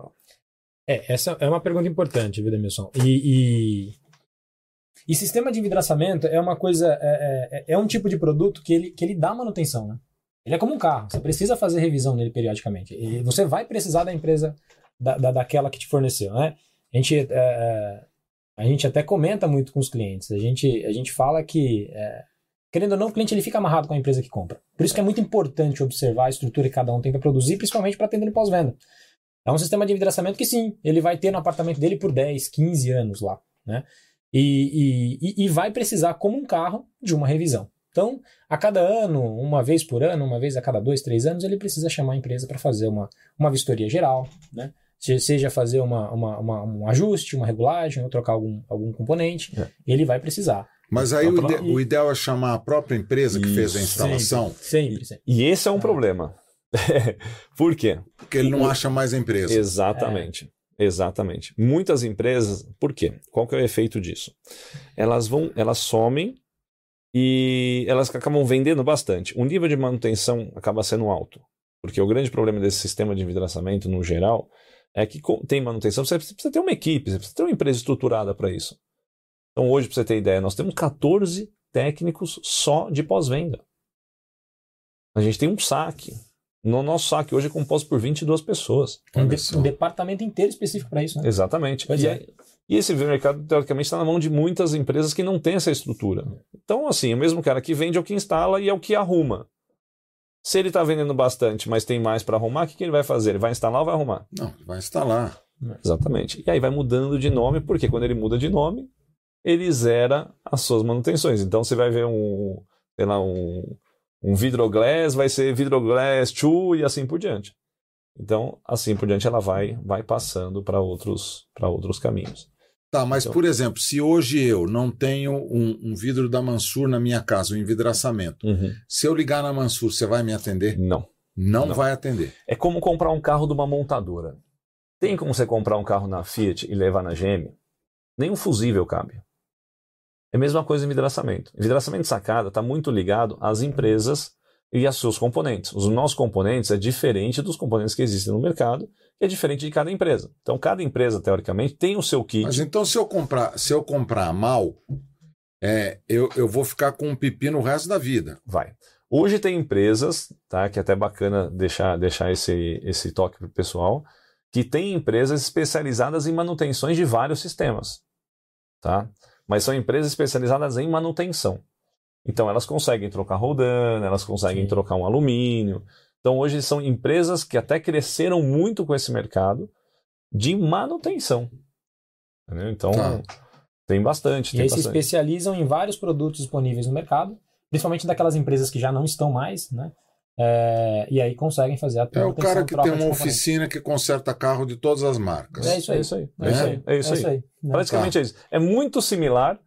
É, essa é uma pergunta importante, viu, Demilson? E, e, e sistema de envidraçamento é uma coisa, é, é, é um tipo de produto que ele, que ele dá manutenção, né? Ele é como um carro, você precisa fazer revisão nele periodicamente. E você vai precisar da empresa, da, da, daquela que te forneceu, né? A gente, é, a gente até comenta muito com os clientes, a gente, a gente fala que é, querendo ou não, o cliente ele fica amarrado com a empresa que compra. Por isso que é muito importante observar a estrutura que cada um tem para produzir, principalmente para atender no pós-venda. É um sistema de envidraçamento que sim, ele vai ter no apartamento dele por dez, quinze anos lá, né? E, e, e vai precisar, como um carro, de uma revisão. Então, a cada ano, uma vez por ano, uma vez a cada dois, três anos, ele precisa chamar a empresa para fazer uma, uma vistoria geral, né? Seja fazer uma, uma, uma, um ajuste, uma regulagem, ou trocar algum, algum componente, é. ele vai precisar.
Mas aí o, ide o ideal é chamar a própria empresa que Isso. fez a instalação?
Sempre, sempre. sempre.
E esse é um ah. problema. Por quê?
Porque ele não o... acha mais a empresa.
Exatamente. É. Exatamente. Muitas empresas, por quê? Qual que é o efeito disso? Elas vão, elas somem e elas acabam vendendo bastante. O nível de manutenção acaba sendo alto. Porque o grande problema desse sistema de envidraçamento, no geral, é que tem manutenção, você precisa ter uma equipe, você precisa ter uma empresa estruturada para isso. Então hoje, para você ter ideia, nós temos quatorze técnicos só de pós-venda. A gente tem um saque. No nosso saque hoje é composto por vinte e duas pessoas.
Um, de um departamento inteiro específico para isso, né?
Exatamente. E, é. e esse mercado, teoricamente, está na mão de muitas empresas que não têm essa estrutura. Então, assim, o mesmo cara que vende é o que instala e é o que arruma. Se ele está vendendo bastante, mas tem mais para arrumar, o que, que ele vai fazer? Ele vai instalar ou vai arrumar?
Não, ele vai instalar.
Exatamente. E aí vai mudando de nome, porque quando ele muda de nome, ele zera as suas manutenções. Então você vai ver um, sei lá, um, um Vidroglass, vai ser Vidroglass dois e assim por diante. Então, assim por diante, ela vai, vai passando para outros, para outros caminhos.
Tá, mas então, por exemplo, se hoje eu não tenho um, um vidro da Mansur na minha casa, um envidraçamento, uhum. se eu ligar na Mansur, você vai me atender?
Não.
Não, não vai atender.
É como comprar um carro de uma montadora. Tem como você comprar um carro na Fiat e levar na G M? Nem um fusível cabe. É a mesma coisa em envidraçamento. Envidraçamento de sacada está muito ligado às empresas e aos seus componentes. Os nossos componentes é diferente dos componentes que existem no mercado, que é diferente de cada empresa. Então, cada empresa, teoricamente, tem o seu kit.
Mas então, se eu comprar, se eu comprar mal, é, eu, eu vou ficar com um pepino o resto da vida.
Vai. Hoje tem empresas, tá, que é até bacana deixar, deixar esse, esse toque para o pessoal, que tem empresas especializadas em manutenções de vários sistemas. Tá? Mas são empresas especializadas em manutenção. Então elas conseguem trocar roldana, elas conseguem Sim. trocar um alumínio. Então hoje são empresas que até cresceram muito com esse mercado de manutenção. Entendeu? Então tá. tem bastante.
E
tem
aí
bastante.
se especializam em vários produtos disponíveis no mercado, principalmente daquelas empresas que já não estão mais, né? É, e aí conseguem fazer a
É o cara que tem uma oficina que conserta carro de todas as marcas.
É isso aí.
É isso aí.
É,
é isso aí. É isso aí. É isso aí. Praticamente tá. é isso. É muito similar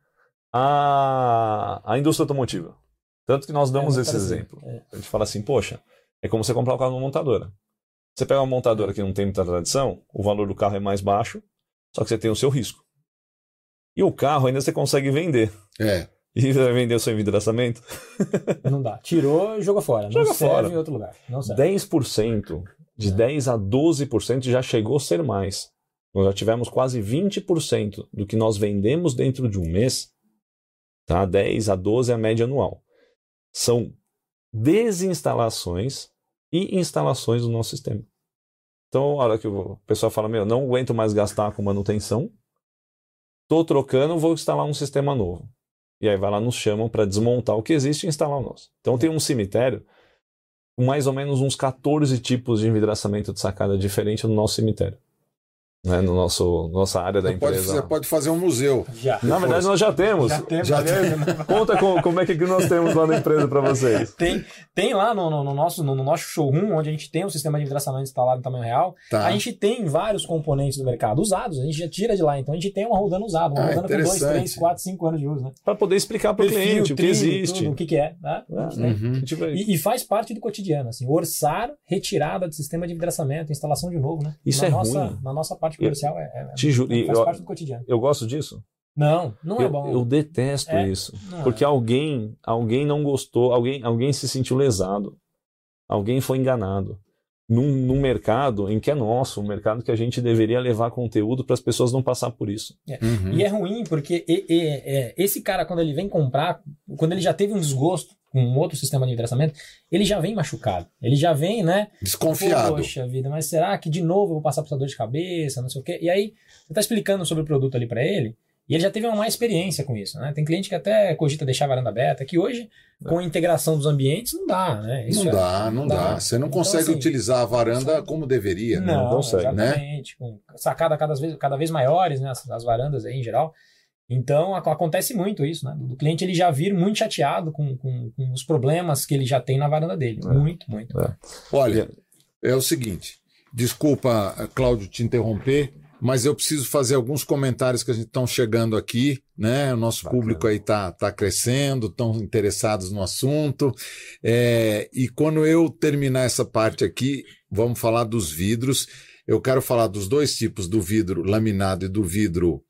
à, à indústria automotiva. Tanto que nós damos é, esse exemplo. É. A gente fala assim, poxa, é como você comprar um carro numa montadora. Você pega uma montadora que não tem muita tradição, o valor do carro é mais baixo, só que você tem o seu risco. E o carro ainda você consegue vender.
É.
E vai vender o seu envidraçamento?
Não dá. Tirou e jogou fora.
Joga
não serve
fora.
em outro lugar. Não serve.
dez por cento, de é. dez a doze por cento já chegou a ser mais. Nós já tivemos quase vinte por cento do que nós vendemos dentro de um mês, tá? dez a doze é a média anual. São desinstalações e instalações do nosso sistema. Então, a hora que o pessoal fala, meu, não aguento mais gastar com manutenção, estou trocando, vou instalar um sistema novo. E aí vai lá, nos chamam para desmontar o que existe e instalar o nosso. Então tem um cemitério com mais ou menos uns quatorze tipos de envidraçamento de sacada diferente no nosso cemitério. Né, no nosso nossa área da
você
empresa.
Pode, você pode fazer um museu.
Já.
Na verdade, nós já temos.
Já temos.
Já tem. Conta com, como é que nós temos lá na empresa para vocês.
Tem, tem lá no, no, no, nosso, no, no nosso showroom, onde a gente tem um sistema de envidraçamento instalado em tamanho real. Tá. A gente tem vários componentes do mercado usados. A gente já tira de lá. Então a gente tem uma roldana usada. Uma ah, roldana com dois, três, quatro, cinco anos de uso. Né?
Para poder explicar para o cliente o que existe.
Tudo, o que, que é. Né?
Ah, uhum.
e, e faz parte do cotidiano. Assim, orçar retirada de sistema de envidraçamento, instalação de novo. Né?
Isso
na
é
nossa,
ruim.
Na nossa parte comercial é, é
Te juro,
faz
eu,
parte do cotidiano.
Eu gosto disso?
Não, não é
eu,
bom.
Eu detesto
é,
isso. Porque é. alguém, alguém não gostou, alguém, alguém se sentiu lesado. Alguém foi enganado. Num, num mercado em que é nosso, um mercado que a gente deveria levar conteúdo para as pessoas não passar por isso.
É. Uhum. E é ruim porque e, e, e, esse cara, quando ele vem comprar, quando ele já teve um desgosto com um outro sistema de envidraçamento, ele já vem machucado. Ele já vem, né?
Desconfiado.
Poxa vida, mas será que de novo eu vou passar por essa dor de cabeça, não sei o quê? E aí, você tá explicando sobre o produto ali para ele, E ele já teve uma má experiência com isso, né? Tem cliente que até cogita deixar a varanda aberta, que hoje, com a integração dos ambientes, não dá, né? Isso
não
é,
dá, não, não dá. dá. Você não então, consegue assim, utilizar a varanda como deveria.
Não,
não consegue,
exatamente.
Né?
Com sacada cada vez, cada vez maiores, né? As, as varandas aí em geral. Então, acontece muito isso, né? O cliente ele já vir muito chateado com, com, com os problemas que ele já tem na varanda dele. É. Muito, muito.
É. Olha, é o seguinte, desculpa, Cláudio, te interromper, mas eu preciso fazer alguns comentários que a gente estão chegando aqui, né? O nosso Bacana. Público aí está tá crescendo, estão interessados no assunto. É, e quando eu terminar essa parte aqui, vamos falar dos vidros. Eu quero falar dos dois tipos, do vidro laminado e do vidro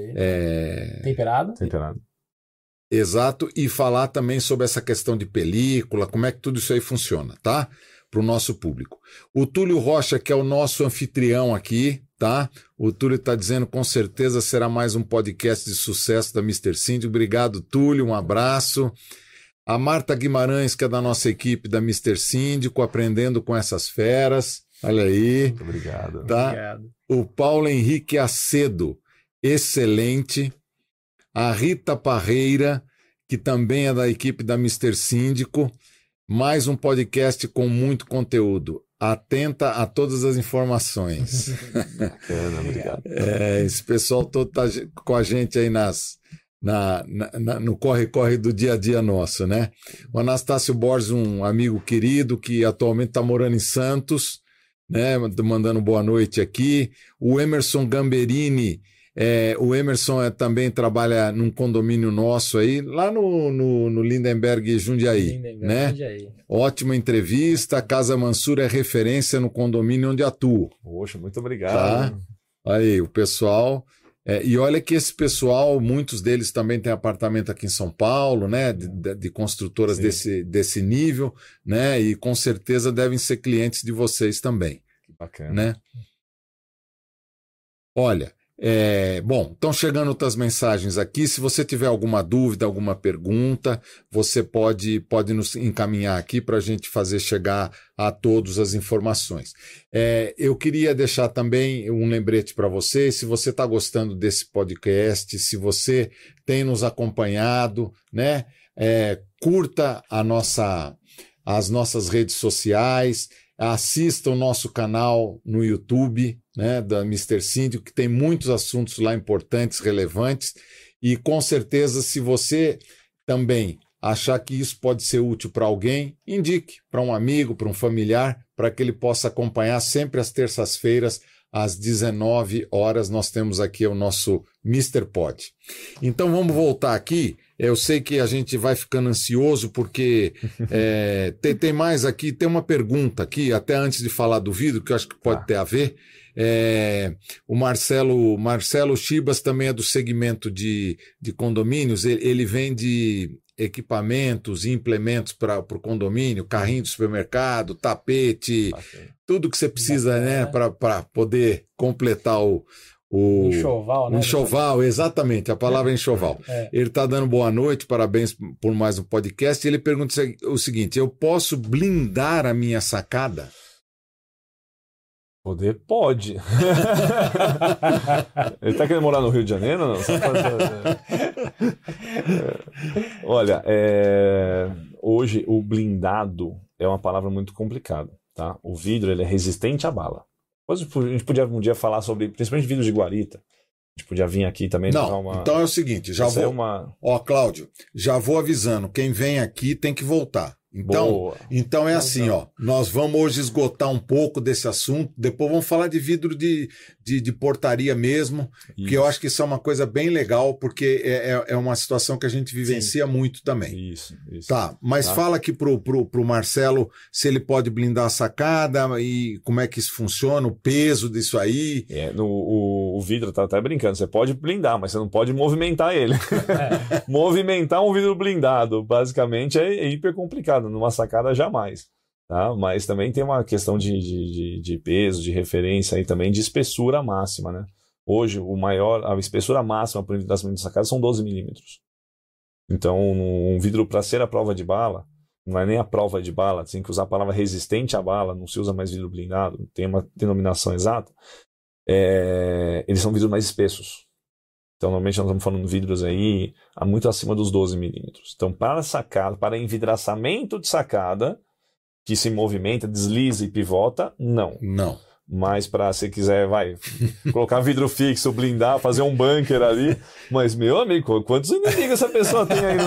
é...
temperado.
Temperado.
Exato, e falar também sobre essa questão de película, como é que tudo isso aí funciona, tá? Para o nosso público. O Túlio Rocha, que é o nosso anfitrião aqui, tá? O Túlio está dizendo, com certeza será mais um podcast de sucesso da mister Síndico. Obrigado, Túlio, um abraço. A Marta Guimarães, que é da nossa equipe da mister Síndico, aprendendo com essas feras. Olha aí.
Muito obrigado.
Tá?
Obrigado.
O Paulo Henrique Acedo, excelente. A Rita Parreira, que também é da equipe da mister Síndico. Mais um podcast com muito conteúdo. Atenta a todas as informações.
Bacana, obrigado.
É, esse pessoal todo está com a gente aí nas, na, na, na, no corre-corre do dia a dia nosso, né? O Anastácio Borges, um amigo querido que atualmente está morando em Santos, né? Mandando boa noite aqui. O Emerson Gamberini, é, o Emerson é, também trabalha num condomínio nosso aí, lá no, no, no Lindenberg Jundiaí,
Lindenberg,
né?
Jundiaí.
Ótima entrevista, a Casa Mansura é referência no condomínio onde atuo.
Poxa, muito obrigado.
Tá? Aí, o pessoal... É, e olha que esse pessoal, muitos deles também têm apartamento aqui em São Paulo, né? De, de, de construtoras desse, desse nível, né? E com certeza devem ser clientes de vocês também.
Que bacana.
Né? Olha... É, bom, estão chegando outras mensagens aqui. Se você tiver alguma dúvida, alguma pergunta, você pode, pode nos encaminhar aqui para a gente fazer chegar a todos as informações. É, eu queria deixar também um lembrete para você. Se você está gostando desse podcast, se você tem nos acompanhado, né, é, curta a nossa, as nossas redes sociais. Assista o nosso canal no YouTube, né, da mister Síndico, que tem muitos assuntos lá importantes, relevantes, e com certeza, se você também achar que isso pode ser útil para alguém, indique para um amigo, para um familiar, para que ele possa acompanhar sempre às terças-feiras, às dezenove horas, nós temos aqui o nosso mister Pod. Então vamos voltar aqui. Eu sei que a gente vai ficando ansioso porque é, tem, tem mais aqui, tem uma pergunta aqui, até antes de falar do vidro, que eu acho que pode ah. ter a ver. É, o Marcelo, Marcelo Chibas também é do segmento de, de condomínios, ele, ele vende equipamentos e implementos para o condomínio, carrinho de supermercado, tapete, Bacana. Tudo que você precisa, né, para poder completar o O
enxoval, né?
Enxoval, exatamente, a palavra é enxoval. É. Ele está dando boa noite, parabéns por mais um podcast. E ele pergunta o seguinte: eu posso blindar a minha sacada?
Poder pode. Ele está querendo morar no Rio de Janeiro? Não? Olha, é... hoje o blindado é uma palavra muito complicada. Tá? O vidro ele é resistente à bala. A gente podia um dia falar sobre, principalmente vidros de guarita. A gente podia vir aqui também.
Não, uma... então é o seguinte, já Essa vou...
É uma...
Ó, Cláudio, já vou avisando, quem vem aqui tem que voltar. Então,
Boa.
então é assim, ó, nós vamos hoje esgotar um pouco desse assunto, depois vamos falar de vidro de, de, de portaria mesmo, isso. Que eu acho que isso é uma coisa bem legal, porque é, é, é uma situação que a gente vivencia Sim. muito também.
Isso, isso.
Tá, mas tá. Fala aqui pro, pro, pro Marcelo se ele pode blindar a sacada e como é que isso funciona, o peso disso aí.
É, no, o, o vidro, tá até brincando, você pode blindar, mas você não pode movimentar ele. É. Movimentar um vidro blindado, basicamente, é, é hiper complicado. Numa sacada jamais, tá? Mas também tem uma questão de, de, de peso, de referência e também de espessura máxima, né? Hoje, o maior, a espessura máxima para o envelhecimento de sacada são doze milímetros. Então, um vidro para ser a prova de bala, não é nem a prova de bala, tem que usar a palavra resistente à bala, não se usa mais vidro blindado, tem uma denominação exata, é, eles são vidros mais espessos. Então, normalmente nós estamos falando de vidros aí muito acima dos doze milímetros. Então, para sacada, para envidraçamento de sacada, que se movimenta, desliza e pivota, não.
Não.
Mas para se quiser, vai, colocar vidro fixo, blindar, fazer um bunker ali. Mas, meu amigo, quantos inimigos essa pessoa tem aí?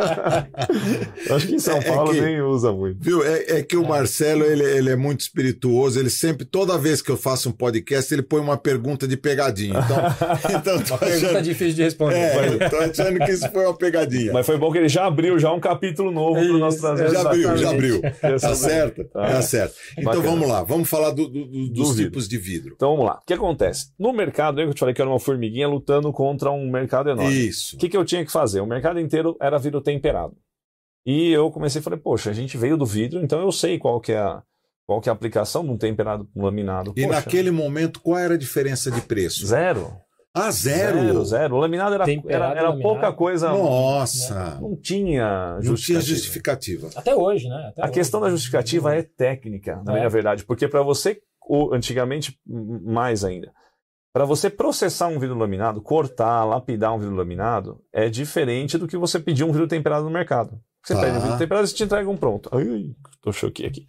No... Acho que em São é, Paulo é que, nem usa muito.
Viu? É, é que o Marcelo, ele, ele é muito espirituoso. Ele sempre, toda vez que eu faço um podcast, ele põe uma pergunta de pegadinha. Então, então
uma pergunta achando... difícil de responder.
É, eu tô achando que isso foi uma pegadinha.
Mas foi bom que ele já abriu já um capítulo novo para o nosso trazer.
Já abriu, já abriu. Tá certo? Tá, tá certo. Então Bacana. Vamos lá, vamos falar do, do, do, dos
do
tipos de vidro.
Então vamos lá. O que acontece? No mercado, eu te falei que era uma formiguinha lutando contra um mercado enorme.
Isso.
O que, que eu tinha que fazer? O mercado inteiro era vidro temperado. E eu comecei a falar, poxa, a gente veio do vidro, então eu sei qual que é a, qual que é a aplicação de um temperado com laminado.
E
poxa,
naquele momento, qual era a diferença de preço?
Zero.
Ah, zero?
Zero, zero. O laminado era, era, era pouca coisa.
Nossa!
Não, não tinha justificativa. Não tinha justificativa.
Até hoje, né? Até
a
hoje.
questão da justificativa é técnica, na é. minha verdade. Porque para você, ou antigamente mais ainda, para você processar um vidro laminado, cortar, lapidar um vidro laminado, é diferente do que você pedir um vidro temperado no mercado. Você ah. pede um vidro temperado e você te entrega um pronto. Ai, tô choquei aqui.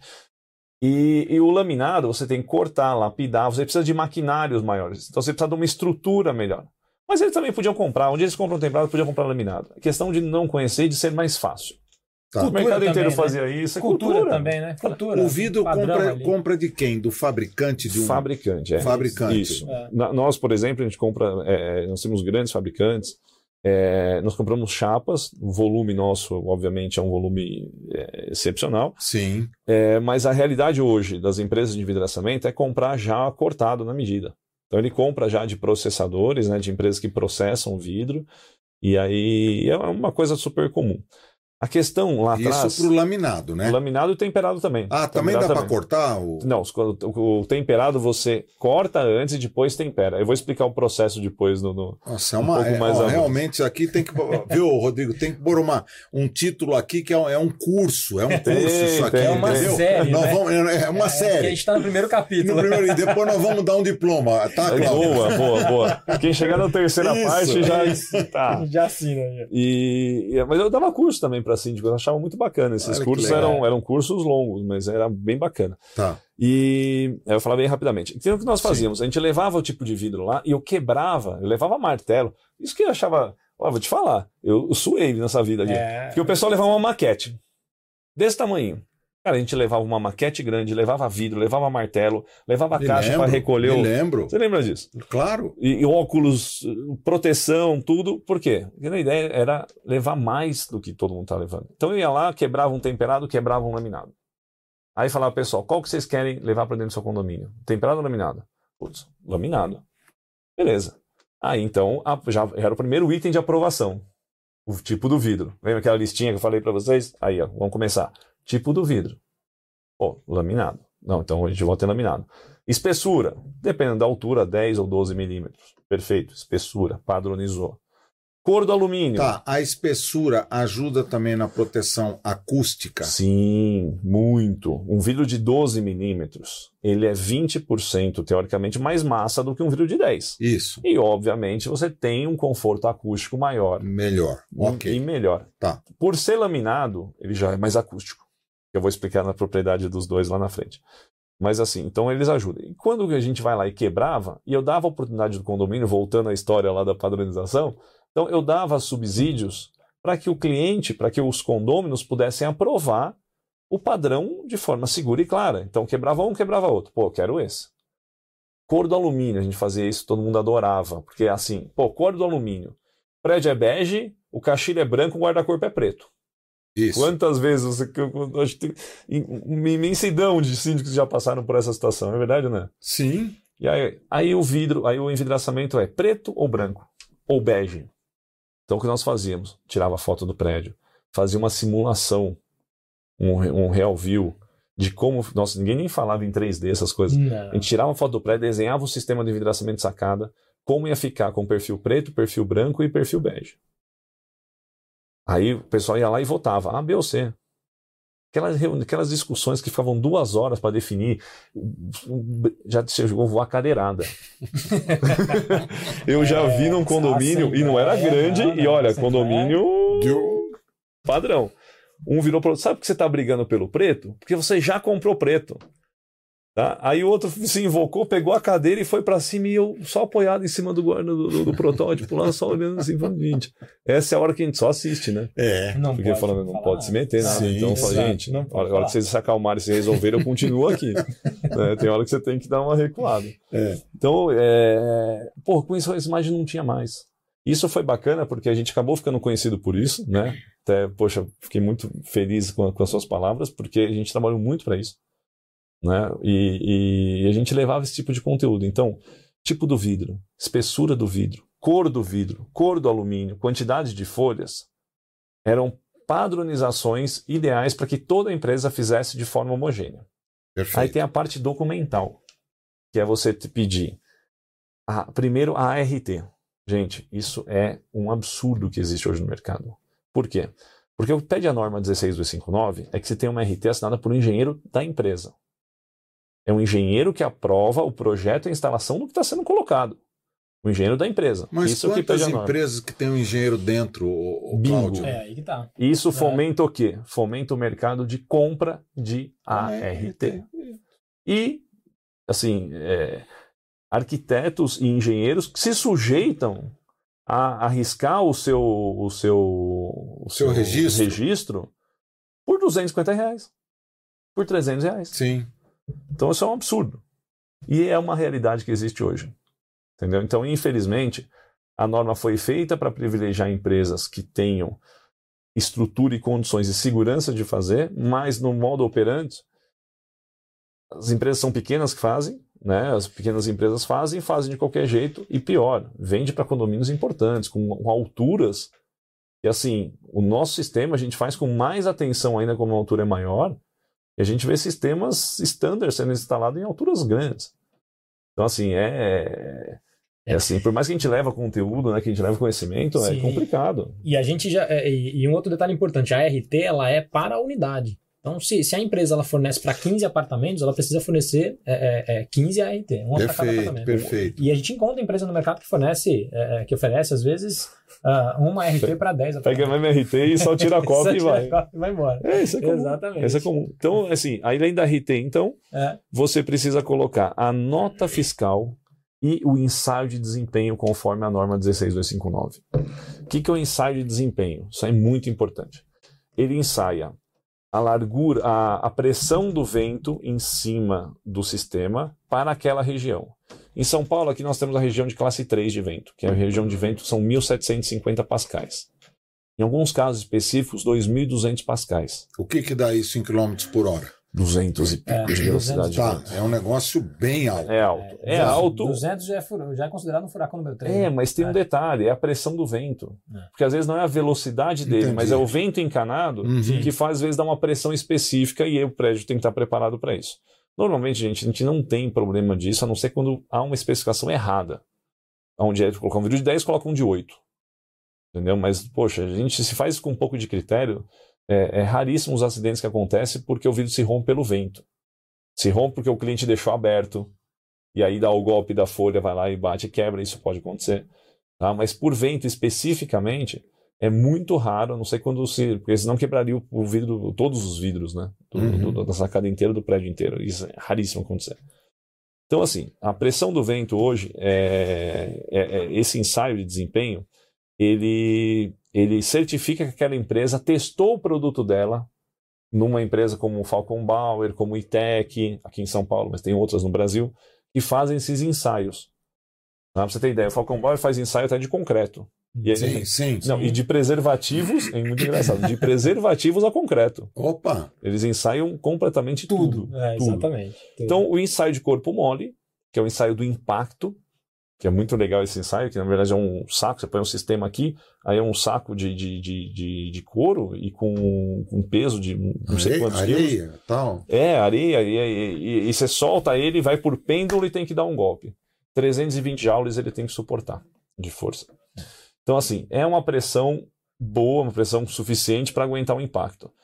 E, e o laminado, você tem que cortar, lapidar, você precisa de maquinários maiores. Então você precisa de uma estrutura melhor. Mas eles também podiam comprar, onde eles compram temperado, podiam comprar laminado. A questão de não conhecer e de ser mais fácil. Tá. O mercado também, inteiro né? fazia isso. É cultura, cultura também, né?
Cultura. O vidro compra, compra de quem? Do fabricante? De um...
Fabricante, é.
Fabricante.
Isso. É. Nós, por exemplo, a gente compra, é, nós temos grandes fabricantes, é, nós compramos chapas, o volume nosso, obviamente, é um volume é, excepcional.
Sim.
É, mas a realidade hoje das empresas de vidraçamento é comprar já cortado na medida. Então ele compra já de processadores, né, de empresas que processam vidro, e aí é uma coisa super comum. A questão lá atrás...
Isso para o laminado, né?
Laminado e temperado também.
Ah, também dá para cortar? O...
Não, o, o temperado você corta antes e depois tempera. Eu vou explicar o processo depois no, no
Nossa, é uma... Um pouco mais é, ó, realmente aqui tem que... Viu, Rodrigo? Tem que pôr uma, um título aqui que é, é um curso. É um curso tem, isso aqui,
é uma
entendeu?
série,
nós
né?
vamos, é uma é, série.
A gente está no primeiro capítulo.
No primeiro, e depois nós vamos dar um diploma. Tá, Cláudio?
Boa, boa, boa. Quem chegar na terceira isso, parte já...
Isso. Tá. Já assina. Já.
E, mas eu dava curso também para síndico. Eu achava muito bacana. Esses Olha cursos eram, eram cursos longos, mas era bem bacana.
Tá.
E eu vou falar bem rapidamente. Então, o que nós fazíamos? Sim. A gente levava o tipo de vidro lá e eu quebrava, eu levava martelo. Isso que eu achava... Ó, vou te falar, eu, eu suei nessa vida aqui. É... Porque o pessoal levava uma maquete desse tamanho. Cara, a gente levava uma maquete grande, levava vidro, levava martelo, levava me caixa para recolher.
Eu
o...
lembro.
Você lembra disso?
Claro.
E, e óculos, proteção, tudo. Por quê? Porque a ideia era levar mais do que todo mundo tá levando. Então eu ia lá, quebrava um temperado, quebrava um laminado. Aí falava, pessoal, qual que vocês querem levar para dentro do seu condomínio? Temperado ou laminado? Putz, laminado. Beleza. Aí então a, já era o primeiro item de aprovação. O tipo do vidro. Lembra aquela listinha que eu falei para vocês? Aí, ó, vamos começar. Tipo do vidro. Pô, laminado. Não, então a gente volta em laminado. Espessura. Dependendo da altura, dez ou doze milímetros. Perfeito. Espessura. Padronizou. Cor do alumínio.
Tá, a espessura ajuda também na proteção acústica?
Sim, muito. Um vidro de doze milímetros, ele é vinte por cento, teoricamente, mais massa do que um vidro de dez.
Isso.
E, obviamente, você tem um conforto acústico maior.
Melhor, ok.
E melhor.
Tá.
Por ser laminado, ele já é mais acústico. Eu vou explicar na propriedade dos dois lá na frente. Mas assim, então eles ajudam. E quando a gente vai lá e quebrava, e eu dava a oportunidade do condomínio, voltando à história lá da padronização, então eu dava subsídios para que o cliente, para que os condôminos pudessem aprovar o padrão de forma segura e clara. Então quebrava um, quebrava outro. Pô, quero esse. Cor do alumínio, a gente fazia isso, todo mundo adorava. Porque assim, pô, cor do alumínio. O prédio é bege, o caixilho é branco, o guarda-corpo é preto.
Isso.
Quantas vezes você... Eu acho que tem uma imensidão de síndicos que já passaram por essa situação, é verdade, né?
Sim.
E aí, aí o vidro, aí o envidraçamento é preto ou branco? Ou bege? Então o que nós fazíamos? Tirava a foto do prédio, fazia uma simulação, um, um real view, de como... Nossa, ninguém nem falava em três D, essas coisas.
Não.
A gente tirava a foto do prédio, desenhava o sistema de envidraçamento de sacada, como ia ficar com perfil preto, perfil branco e perfil bege. Aí o pessoal ia lá e votava, A, B ou C. Aquelas, aquelas discussões que ficavam duas horas para definir, já chegou a voar cadeirada. Eu já vi num condomínio, assim, e não era é, grande, não, não, e olha, condomínio é... padrão. Um virou para o outro, sabe por que você está brigando pelo preto? Porque você já comprou preto. Tá? Aí o outro se invocou, pegou a cadeira e foi pra cima e eu só apoiado em cima do, do, do, do protótipo lá, só olhando assim, falando, gente, essa é a hora que a gente só assiste, né?
É.
Não Porque
pode
falando, não
falar.
pode se meter, né? Então, fala, gente,
não
a hora que vocês se acalmarem e se resolverem, eu continuo aqui. Né? Tem hora que você tem que dar uma recuada.
É.
Então, é... pô, com isso a imagem não tinha mais. Isso foi bacana porque a gente acabou ficando conhecido por isso, né? Até, poxa, fiquei muito feliz com, a, com as suas palavras, porque a gente trabalhou muito para isso. Né? E, e a gente levava esse tipo de conteúdo. Então, tipo do vidro, espessura do vidro, cor do vidro, cor do alumínio, quantidade de folhas, eram padronizações ideais para que toda a empresa fizesse de forma homogênea.
Perfeito.
Aí tem a parte documental, que é você pedir a, primeiro a ART. Gente, isso é um absurdo que existe hoje no mercado. Por quê? Porque o que pede a norma dezesseis mil duzentos e cinquenta e nove é que você tenha uma R T assinada por um engenheiro da empresa. É um engenheiro que aprova o projeto e a instalação do que está sendo colocado. O engenheiro da empresa.
Mas
isso
quantas
que
empresas que tem um engenheiro dentro, o, o Cláudio?
É, aí que tá.
Isso
é.
fomenta o quê? Fomenta o mercado de compra de A R T. E, assim, é, arquitetos e engenheiros que se sujeitam a arriscar o seu, o seu, o
seu, seu registro.
registro por duzentos e cinquenta reais. Por trezentos reais.
Sim.
Então isso é um absurdo. E é uma realidade que existe hoje. Entendeu? Então, infelizmente, a norma foi feita para privilegiar empresas que tenham estrutura e condições de segurança de fazer, mas no modo operante, as empresas são pequenas que fazem, né? As pequenas empresas fazem, fazem de qualquer jeito, e pior, vende para condomínios importantes, com, com alturas, e assim, o nosso sistema a gente faz com mais atenção ainda quando a altura é maior, e a gente vê sistemas standard sendo instalados em alturas grandes. Então, assim, é, é assim, por mais que a gente leva conteúdo, né, que a gente leva conhecimento, Sim. é complicado.
E a gente já, e, e um outro detalhe importante, a A R T, ela é para a unidade. Então, se, se a empresa ela fornece para quinze apartamentos, ela precisa fornecer é, é, quinze A R T, uma para cada apartamento.
Perfeito.
E a gente encontra empresa no mercado que fornece, é, que oferece, às vezes, uh, uma A R T para dez apartamentos.
Pega a mesma R T e só tira a cópia e vai.
A e vai embora.
É, isso é comum.
Exatamente.
Isso é comum. Então, assim, além da R T, então, é. você precisa colocar a nota fiscal e o ensaio de desempenho conforme a norma dezesseis mil duzentos e cinquenta e nove. O que, que é o ensaio de desempenho? Isso é muito importante. Ele ensaia a largura, a, a pressão do vento em cima do sistema para aquela região. Em São Paulo, aqui nós temos a região de classe três de vento, que é a região de vento são mil setecentos e cinquenta pascais. Em alguns casos específicos, dois mil e duzentos pascais.
O que que dá isso em quilômetros por hora?
duzentos e pico é, de velocidade.
Tá, é um negócio bem alto.
É alto. É, é alto.
duzentos já é, furo, já é considerado um furacão número três.
É, mas tem é. um detalhe, é a pressão do vento. É. Porque às vezes não é a velocidade dele, Entendi. mas é o vento encanado uhum. que faz, às vezes, dar uma pressão específica e aí o prédio tem que estar preparado para isso. Normalmente, gente, a gente não tem problema disso, a não ser quando há uma especificação errada. Onde é colocar um vídeo de dez, coloca um de oito. Entendeu? Mas, poxa, a gente se faz com um pouco de critério. É, é raríssimo os acidentes que acontecem porque o vidro se rompe pelo vento. Se rompe porque o cliente deixou aberto e aí dá o golpe da folha, vai lá e bate e quebra, isso pode acontecer. Tá? Mas por vento especificamente é muito raro, a não sei quando se... porque senão quebraria o, o vidro, todos os vidros, né? Do, uhum. do, da sacada inteira, do prédio inteiro. Isso é raríssimo acontecer. Então assim, a pressão do vento hoje, é, é, é, esse ensaio de desempenho, ele... ele certifica que aquela empresa testou o produto dela numa empresa como o Falcon Bauer, como o I T E C, aqui em São Paulo, mas tem outras no Brasil, que fazem esses ensaios. Pra você ter ideia, o Falcon Bauer faz ensaio até de concreto. E,
sim,
aí,
sim,
não,
sim.
E de preservativos, é muito engraçado, de preservativos a concreto.
Opa!
Eles ensaiam completamente tudo.
Tudo, é,
tudo.
exatamente. Tudo.
Então, o ensaio de corpo mole, que é o ensaio do impacto, que é muito legal esse ensaio, que na verdade é um saco, você põe um sistema aqui, aí é um saco de, de, de, de, de couro e com, com peso de não
areia,
sei quantos
areia,
quilos.
Tal.
É, areia, e, e, e, e você solta ele, vai por pêndulo e tem que dar um golpe. trezentos e vinte joules ele tem que suportar de força. Então assim, é uma pressão boa, uma pressão suficiente para aguentar o impacto.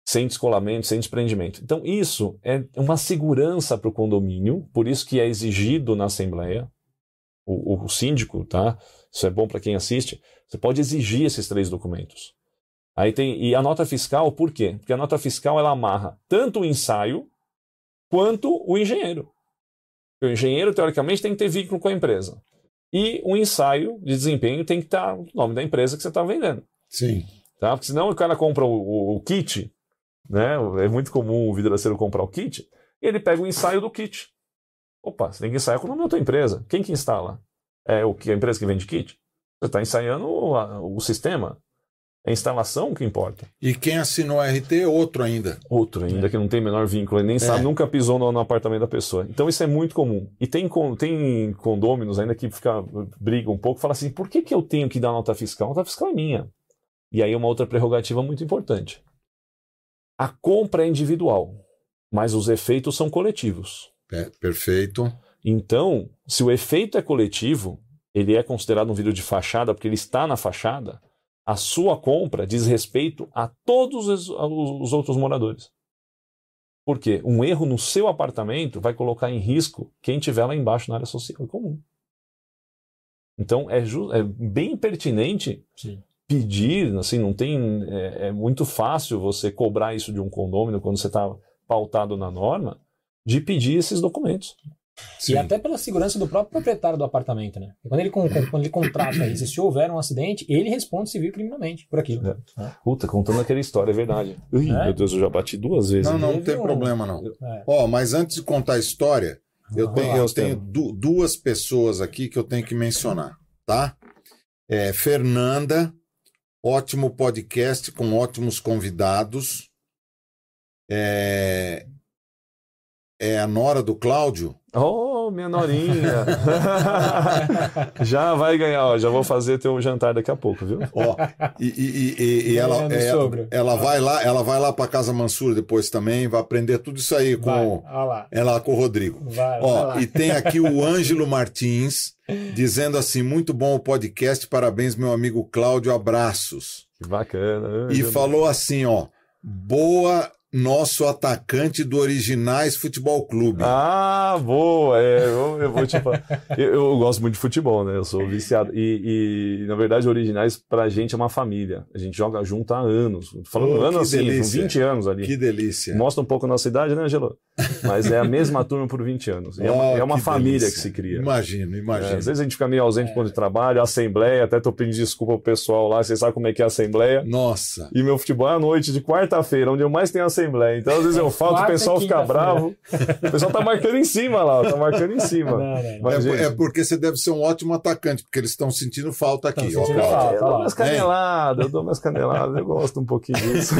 sem descolamento, sem desprendimento. Então, isso é uma segurança para o condomínio, por isso que é exigido na Assembleia, o, o, o síndico, tá? Isso é bom para quem assiste, você pode exigir esses três documentos. Aí tem, e a nota fiscal, por quê? Porque a nota fiscal ela amarra tanto o ensaio quanto o engenheiro. O engenheiro, teoricamente, tem que ter vínculo com a empresa. E o ensaio de desempenho tem que estar o nome da empresa que você está vendendo.
Sim.
Tá? Porque senão o cara compra o, o, o kit, né? É muito comum o vidraceiro comprar o kit, e ele pega o ensaio do kit. Opa, você tem que ensaiar com o nome da tua empresa. Quem que instala? É o que a empresa que vende kit? Você está ensaiando o, a, o sistema. É a instalação que importa.
E quem assinou a R T, outro ainda.
Outro ainda, é. que não tem o menor vínculo, ele nem é. sabe, nunca pisou no, no apartamento da pessoa. Então isso é muito comum. E tem, tem condôminos ainda que fica, briga um pouco, fala assim, por que, que eu tenho que dar nota fiscal? A nota fiscal é minha. E aí uma outra prerrogativa muito importante. A compra é individual, mas os efeitos são coletivos.
É, perfeito.
Então, se o efeito é coletivo, ele é considerado um vidro de fachada, porque ele está na fachada, a sua compra diz respeito a todos os, os outros moradores. Por quê? Um erro no seu apartamento vai colocar em risco quem estiver lá embaixo na área social e comum. Então, é, é bem pertinente Sim. pedir, assim, não tem, é, é muito fácil você cobrar isso de um condômino quando você está pautado na norma, de pedir esses documentos.
Sim. E até pela segurança do próprio proprietário do apartamento, né? Quando ele, quando ele contrata isso, se houver um acidente, ele responde civil e criminalmente por aquilo.
É. É. Puta, contando aquela história, é verdade. Ui, é? Meu Deus, eu já bati duas vezes.
Não, não, não tem um... problema, não. É. Ó, mas antes de contar a história, eu ah, tenho, eu tenho du duas pessoas aqui que eu tenho que mencionar, tá? É, Fernanda, ótimo podcast com ótimos convidados. É, é a nora do Cláudio.
Oh, minha norinha! Já vai ganhar, ó, já vou fazer teu jantar daqui a pouco, viu?
Ó, e, e, e, e ela, é, ela, ela vai lá, ela vai lá para Casa Mansura depois também, vai aprender tudo isso aí com vai, ela com o Rodrigo. Vai, ó, vai e tem aqui o Ângelo Martins dizendo assim: muito bom o podcast, parabéns meu amigo Cláudio, abraços.
Que bacana. Ângelo.
E falou assim, ó, boa. Nosso atacante do Originais Futebol Clube.
Ah, boa! É, eu, eu vou te falar. Eu, eu gosto muito de futebol, né? Eu sou viciado. E, e na verdade, Originais pra gente é uma família. A gente joga junto há anos. Falando oh, ano assim, delícia. vinte anos ali.
Que delícia.
Mostra um pouco a nossa idade, né, Angelo? Mas é a mesma turma por vinte anos. É uma, oh, é uma que família delícia. que se cria.
Imagino, imagino.
É, às vezes a gente fica meio ausente é. quando trabalha, a Assembleia, até tô pedindo desculpa pro pessoal lá, vocês sabem como é que é a Assembleia.
Nossa!
E meu futebol é à noite de quarta-feira, onde eu mais tenho Assembleia. Então, às vezes eu falto, o pessoal fica bravo. O pessoal tá marcando em cima lá, tá marcando em cima. Não, não, não. Mas,
é,
gente...
é porque você deve ser um ótimo atacante, porque eles estão sentindo falta aqui.
Sentindo
ó,
falta, eu dou minhas caneladas, eu dou minhas caneladas, eu gosto um pouquinho disso.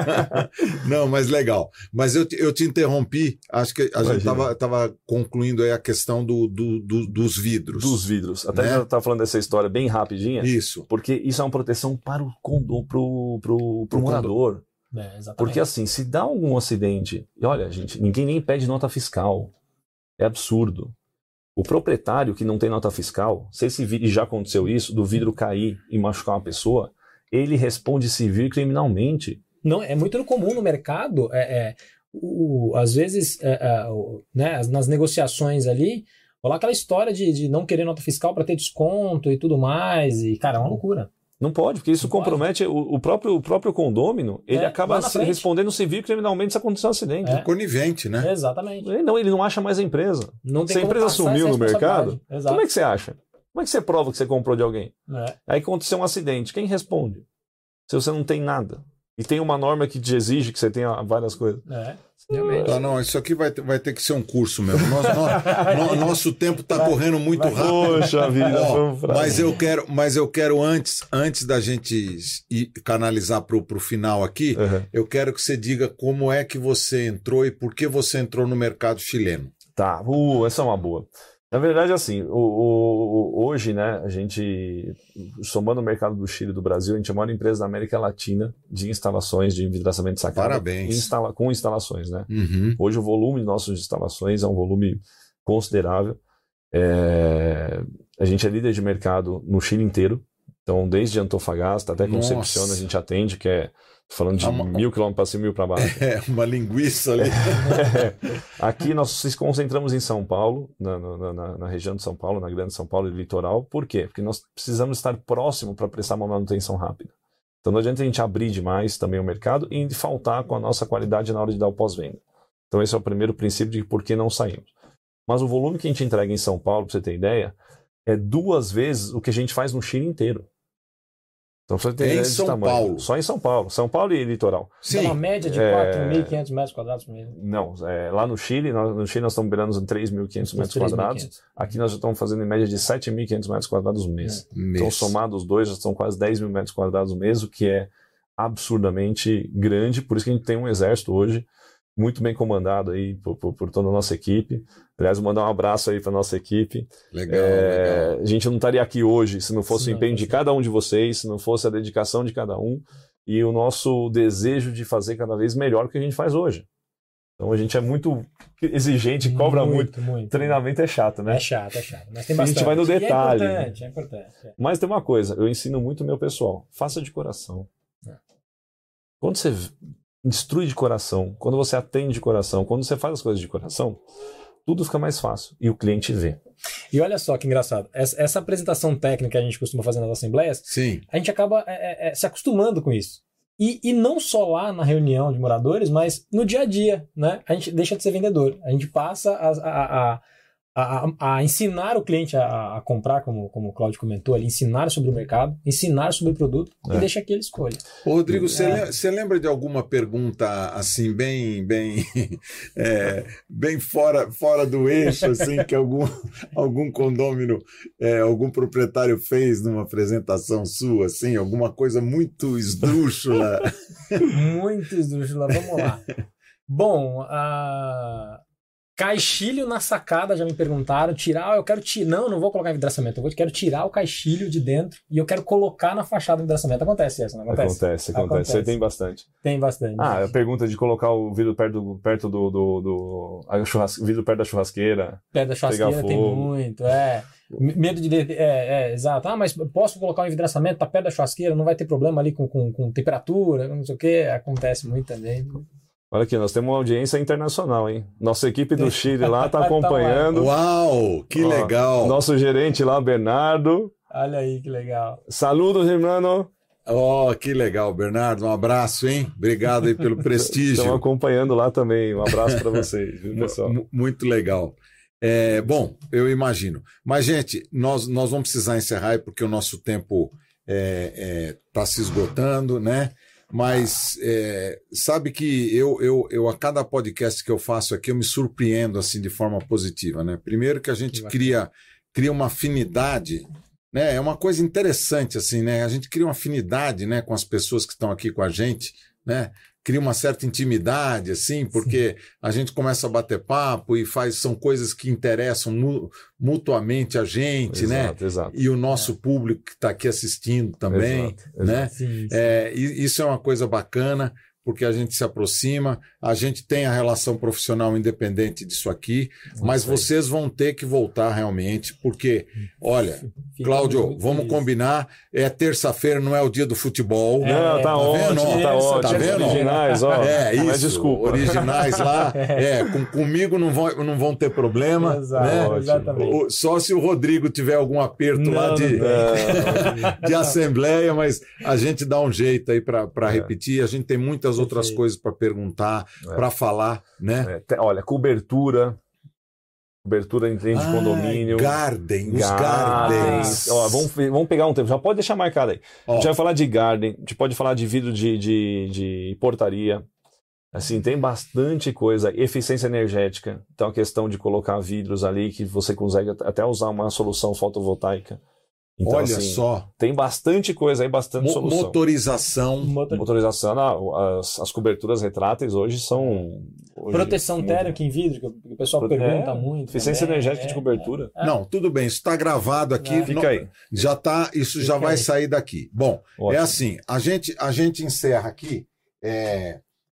Não, mas legal. Mas eu te, eu te interrompi, acho que a Imagina. gente tava, tava concluindo aí a questão do, do, do, dos vidros.
Dos vidros. Até né? eu tava falando dessa história bem rapidinha.
Isso.
Porque isso é uma proteção para o condô, pro, pro, pro, pro morador. Condô.
É,
Porque assim, se dá algum acidente, e olha, gente, ninguém nem pede nota fiscal. É absurdo. O proprietário que não tem nota fiscal, se esse vidro, e já aconteceu isso, do vidro cair e machucar uma pessoa, ele responde civil e criminalmente.
Não, é muito comum no mercado, é, é, o, às vezes, é, é, o, né, nas negociações ali, rolar aquela história de, de não querer nota fiscal para ter desconto e tudo mais, e cara, é uma loucura.
Não pode, porque isso não compromete o, o, próprio, o próprio condômino, ele é, acaba se respondendo civil e criminalmente se acontecer um acidente.
É conivente, né?
Exatamente.
Ele não, ele não acha mais a empresa.
Não tem
se a empresa sumiu no mercado,
Exato.
Como é que você acha? Como é que você prova que você comprou de alguém?
É.
Aí aconteceu um acidente, quem responde? Se você não tem nada. E tem uma norma que te exige que você tenha várias coisas.
É.
Ah, não, isso aqui vai ter, vai ter que ser um curso mesmo. Nosso, no, no, nosso tempo está correndo muito vai, rápido.
Poxa vida,
Ó, mas eu quero, mas eu quero antes, antes da gente ir canalizar para o final aqui, uhum. eu quero que você diga como é que você entrou e por que você entrou no mercado chileno.
Tá, uh, essa é uma boa. Na verdade, assim, o, o, hoje, né, a gente, somando o mercado do Chile e do Brasil, a gente é a maior empresa da América Latina de instalações de envidraçamento de sacada.
Parabéns.
Instala, com instalações, né?
Uhum.
Hoje o volume de nossas instalações é um volume considerável. É, a gente é líder de mercado no Chile inteiro. Então, desde Antofagasta até Concepción,
Nossa.
a gente atende, que é falando de
É uma-
mil quilômetros para cima, mil para baixo.
É, uma linguiça ali.
Aqui nós nos concentramos em São Paulo, na, na, na, na região de São Paulo, na grande São Paulo e litoral. Por quê? Porque nós precisamos estar próximo para prestar uma manutenção rápida. Então não adianta a gente abrir demais também o mercado e faltar com a nossa qualidade na hora de dar o pós-venda. Então esse é o primeiro princípio de por que não saímos. Mas o volume que a gente entrega em São Paulo, para você ter ideia, é duas vezes o que a gente faz no Chile inteiro. Então, pra você ter
Em
ideia de
São
tamanho.
Paulo?
Só em São Paulo. São Paulo e litoral.
Dá uma
Sim.
média de
É.
quatro mil e quinhentos metros quadrados por mês.
Não, é, lá no Chile, nós, no Chile nós estamos beirando em três mil e quinhentos metros quadrados. Aqui nós já estamos fazendo em média de sete mil e quinhentos metros quadrados mês.
Mês.
Então, somado os dois, já são quase dez mil metros quadrados mês, o que é absurdamente grande. Por isso que a gente tem um exército hoje muito bem comandado aí por, por, por toda a nossa equipe. Aliás, vou mandar um abraço aí para nossa equipe.
Legal,
É,
legal.
A gente não estaria aqui hoje se não fosse
Se
o
não
empenho de
fosse.
cada um de vocês, se não fosse a dedicação de cada um e o nosso desejo de fazer cada vez melhor o que a gente faz hoje. Então a gente é muito exigente, cobra muito.
Muito, muito.
Treinamento é chato, né?
É chato, é chato. Mas tem
A gente
bastante.
vai no
E
detalhe.
É importante, é importante. é.
Mas tem uma coisa, eu ensino muito o meu pessoal, faça de coração.
É.
Quando você instrui de coração, quando você atende de coração, quando você faz as coisas de coração, tudo fica mais fácil e o cliente vê.
E olha só que engraçado. Essa, essa apresentação técnica que a gente costuma fazer nas assembleias,
Sim.
a gente acaba é, é, se acostumando com isso. E, e não só lá na reunião de moradores, mas no dia a dia, né? A gente deixa de ser vendedor. A gente passa a, a, a, a, a ensinar o cliente a, a comprar, como, como o Cláudio comentou ali, ensinar sobre o mercado, ensinar sobre o produto
É.
e deixa que ele escolha.
Ô, Rodrigo, você
É.
lem- você lembra de alguma pergunta assim, bem, bem, é, bem fora, fora do eixo, assim, que algum, algum condômino, é, algum proprietário fez numa apresentação sua, assim, alguma coisa muito esdrúxula?
Muito esdrúxula, vamos lá. Bom, a... caixilho na sacada, já me perguntaram, tirar, eu quero tirar, não, não vou colocar em vidraçamento, eu vou- quero tirar o caixilho de dentro e eu quero colocar na fachada do vidraçamento. Acontece isso, não acontece?
Acontece, acontece.
Acontece.
Você tem bastante.
Tem bastante.
Ah, a pergunta de colocar o vidro perto do, perto do, do, do a churras, vidro perto da churrasqueira.
Perto da churrasqueira
pegar
tem
fogo.
muito, é. M- Medo de... de- É, é, exato. Ah, mas posso colocar um envidraçamento, tá perto da churrasqueira, não vai ter problema ali com, com, com temperatura, não sei o que, acontece muito também.
Olha aqui, nós temos uma audiência internacional, hein? Nossa equipe do Chile lá tá
Tá lá.
acompanhando.
Uau, que
Ó,
legal!
Nosso gerente lá, Bernardo.
Olha aí que legal.
Saludos, irmão.
Oh, que legal, Bernardo, um abraço, hein? Obrigado aí pelo
Estão
prestígio.
acompanhando lá também. Um abraço para vocês, viu, pessoal?
Mu- Muito legal. É, bom, eu imagino. Mas, gente, nós, nós vamos precisar encerrar aí porque o nosso tempo está se esgotando, né? Mas é, sabe que eu, eu, eu, a cada podcast que eu faço aqui, eu me surpreendo assim de forma positiva, né? Primeiro que a gente
Que
cria, cria uma afinidade, né? É uma coisa interessante, assim, né? A gente cria uma afinidade, né, com as pessoas que estão aqui com a gente, né? Cria uma certa intimidade, assim, porque a gente começa a bater papo e faz, são coisas que interessam mu- mutuamente a gente, né?
Exato, exato.
E o nosso público que está aqui assistindo também,
Exato, exato.
né?
Sim, sim.
É, e isso é uma coisa bacana, porque a gente se aproxima, a gente tem a relação profissional independente disso aqui, mas
Isso aí.
vocês vão ter que voltar realmente, porque, olha,
Ficamos
Cláudio,
muito
vamos
felizes.
combinar, é terça-feira, não é o dia do futebol.
É,
Não, tá
tá
ótimo,
vendo?
tá
Tá
ótimo.
vendo?
Originais, ó.
É,
Não
isso,
é desculpa.
originais lá, é, com, comigo não vão, não vão ter problema,
Exato,
né?
Ótimo.
exatamente.
O- Só se o Rodrigo tiver algum aperto lá
Não,
de,
não
É,
de assembleia, mas a gente dá um jeito aí para
É.
repetir. A gente tem muitas outras
Perfeito.
coisas para perguntar,
É.
para falar, né?
é, te- olha, cobertura. Cobertura em trem de
Ai,
condomínio.
Garden, os
Gardens.
gardens.
Ó, vamos, fe- vamos pegar um tempo. Já pode deixar marcado aí. A
Ó,
gente vai falar de garden, a gente pode falar de vidro de, de, de portaria. Assim, tem bastante coisa. Eficiência energética. Então, a questão de colocar vidros ali que você consegue até usar uma solução fotovoltaica. Então,
olha
assim,
só,
tem bastante coisa aí, bastante
mo-
solução.
motorização.
Motor-
Motorização, ah, as, as coberturas retráteis hoje são... hoje,
Proteção
muito-
térmica em vidro, que o pessoal
Prote-
pergunta
é,
muito.
Eficiência
também,
energética
é,
de cobertura.
é.
Não, tudo bem, isso está gravado aqui.
É.
Fica
não-
aí.
Já tá, isso já
Fica
vai
aí.
sair daqui. Bom,
Ótimo.
é assim, a gente, a gente encerra aqui. é,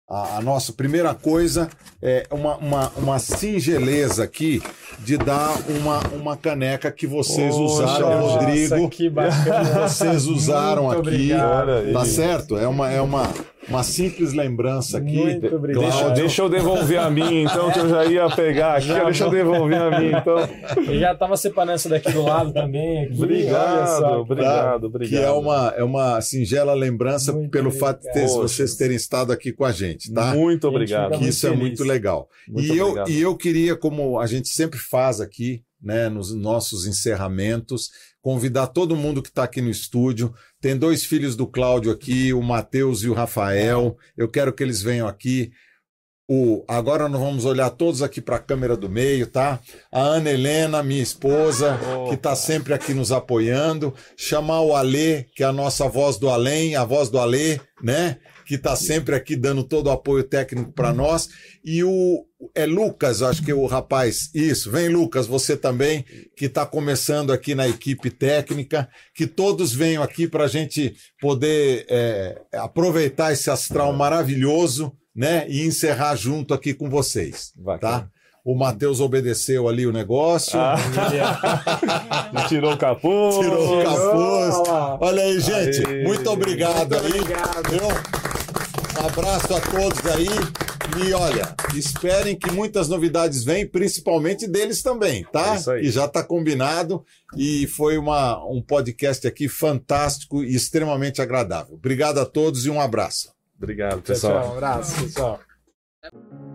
A, a nossa primeira coisa é uma, uma, uma singeleza aqui de dar uma, uma caneca que vocês
Poxa,
usaram,
nossa,
Rodrigo.
que bacana.
Vocês usaram
Muito
aqui.
obrigado.
Tá certo? É uma, é uma, uma simples lembrança aqui.
Muito obrigado.
Deixa, deixa eu devolver a mim, então, que eu já ia pegar aqui.
Já
Deixa eu devolver a mim, então.
Eu já estava separando essa daqui do lado também. Aqui. Olha
Obrigado,
só.
obrigado, obrigado.
Que é uma, é uma singela lembrança
Muito
pelo
obrigado.
fato de ter,
Poxa.
vocês terem estado aqui com a gente, tá?
Muito
A gente
obrigado.
fica
Que
muito
isso é
feliz.
muito legal.
Muito
E eu,
obrigado.
e eu queria, como a gente sempre faz aqui, né, nos nossos encerramentos, convidar todo mundo que está aqui no estúdio. Tem dois filhos do Cláudio aqui, o Matheus e o Rafael. Eu quero que eles venham aqui. O, agora nós vamos olhar todos aqui para a câmera do meio, tá? A Ana Helena, minha esposa,
Oh.
que está sempre aqui nos apoiando. Chamar o Alê, que é a nossa voz do além, a voz do Alê, né? Que está sempre aqui dando todo o apoio técnico para nós. E o é Lucas, acho que é o rapaz, isso, vem Lucas, você também, que está começando aqui na equipe técnica, que todos venham aqui para a gente poder é, aproveitar esse astral maravilhoso, né, e encerrar junto aqui com vocês,
Bacana.
tá? O Matheus obedeceu ali o negócio,
Ah, tirou o capuz.
tirou o capuz.
Olha lá.
Olha aí, gente,
Aê.
muito obrigado aí.
Obrigado.
Viu? Um abraço a todos aí. E olha, esperem que muitas novidades vêm, principalmente deles também, tá?
É isso aí.
E já está combinado. E foi uma, um podcast aqui fantástico e extremamente agradável. Obrigado a todos e um abraço.
Obrigado,
Tchau,
pessoal.
tchau. Um abraço, pessoal.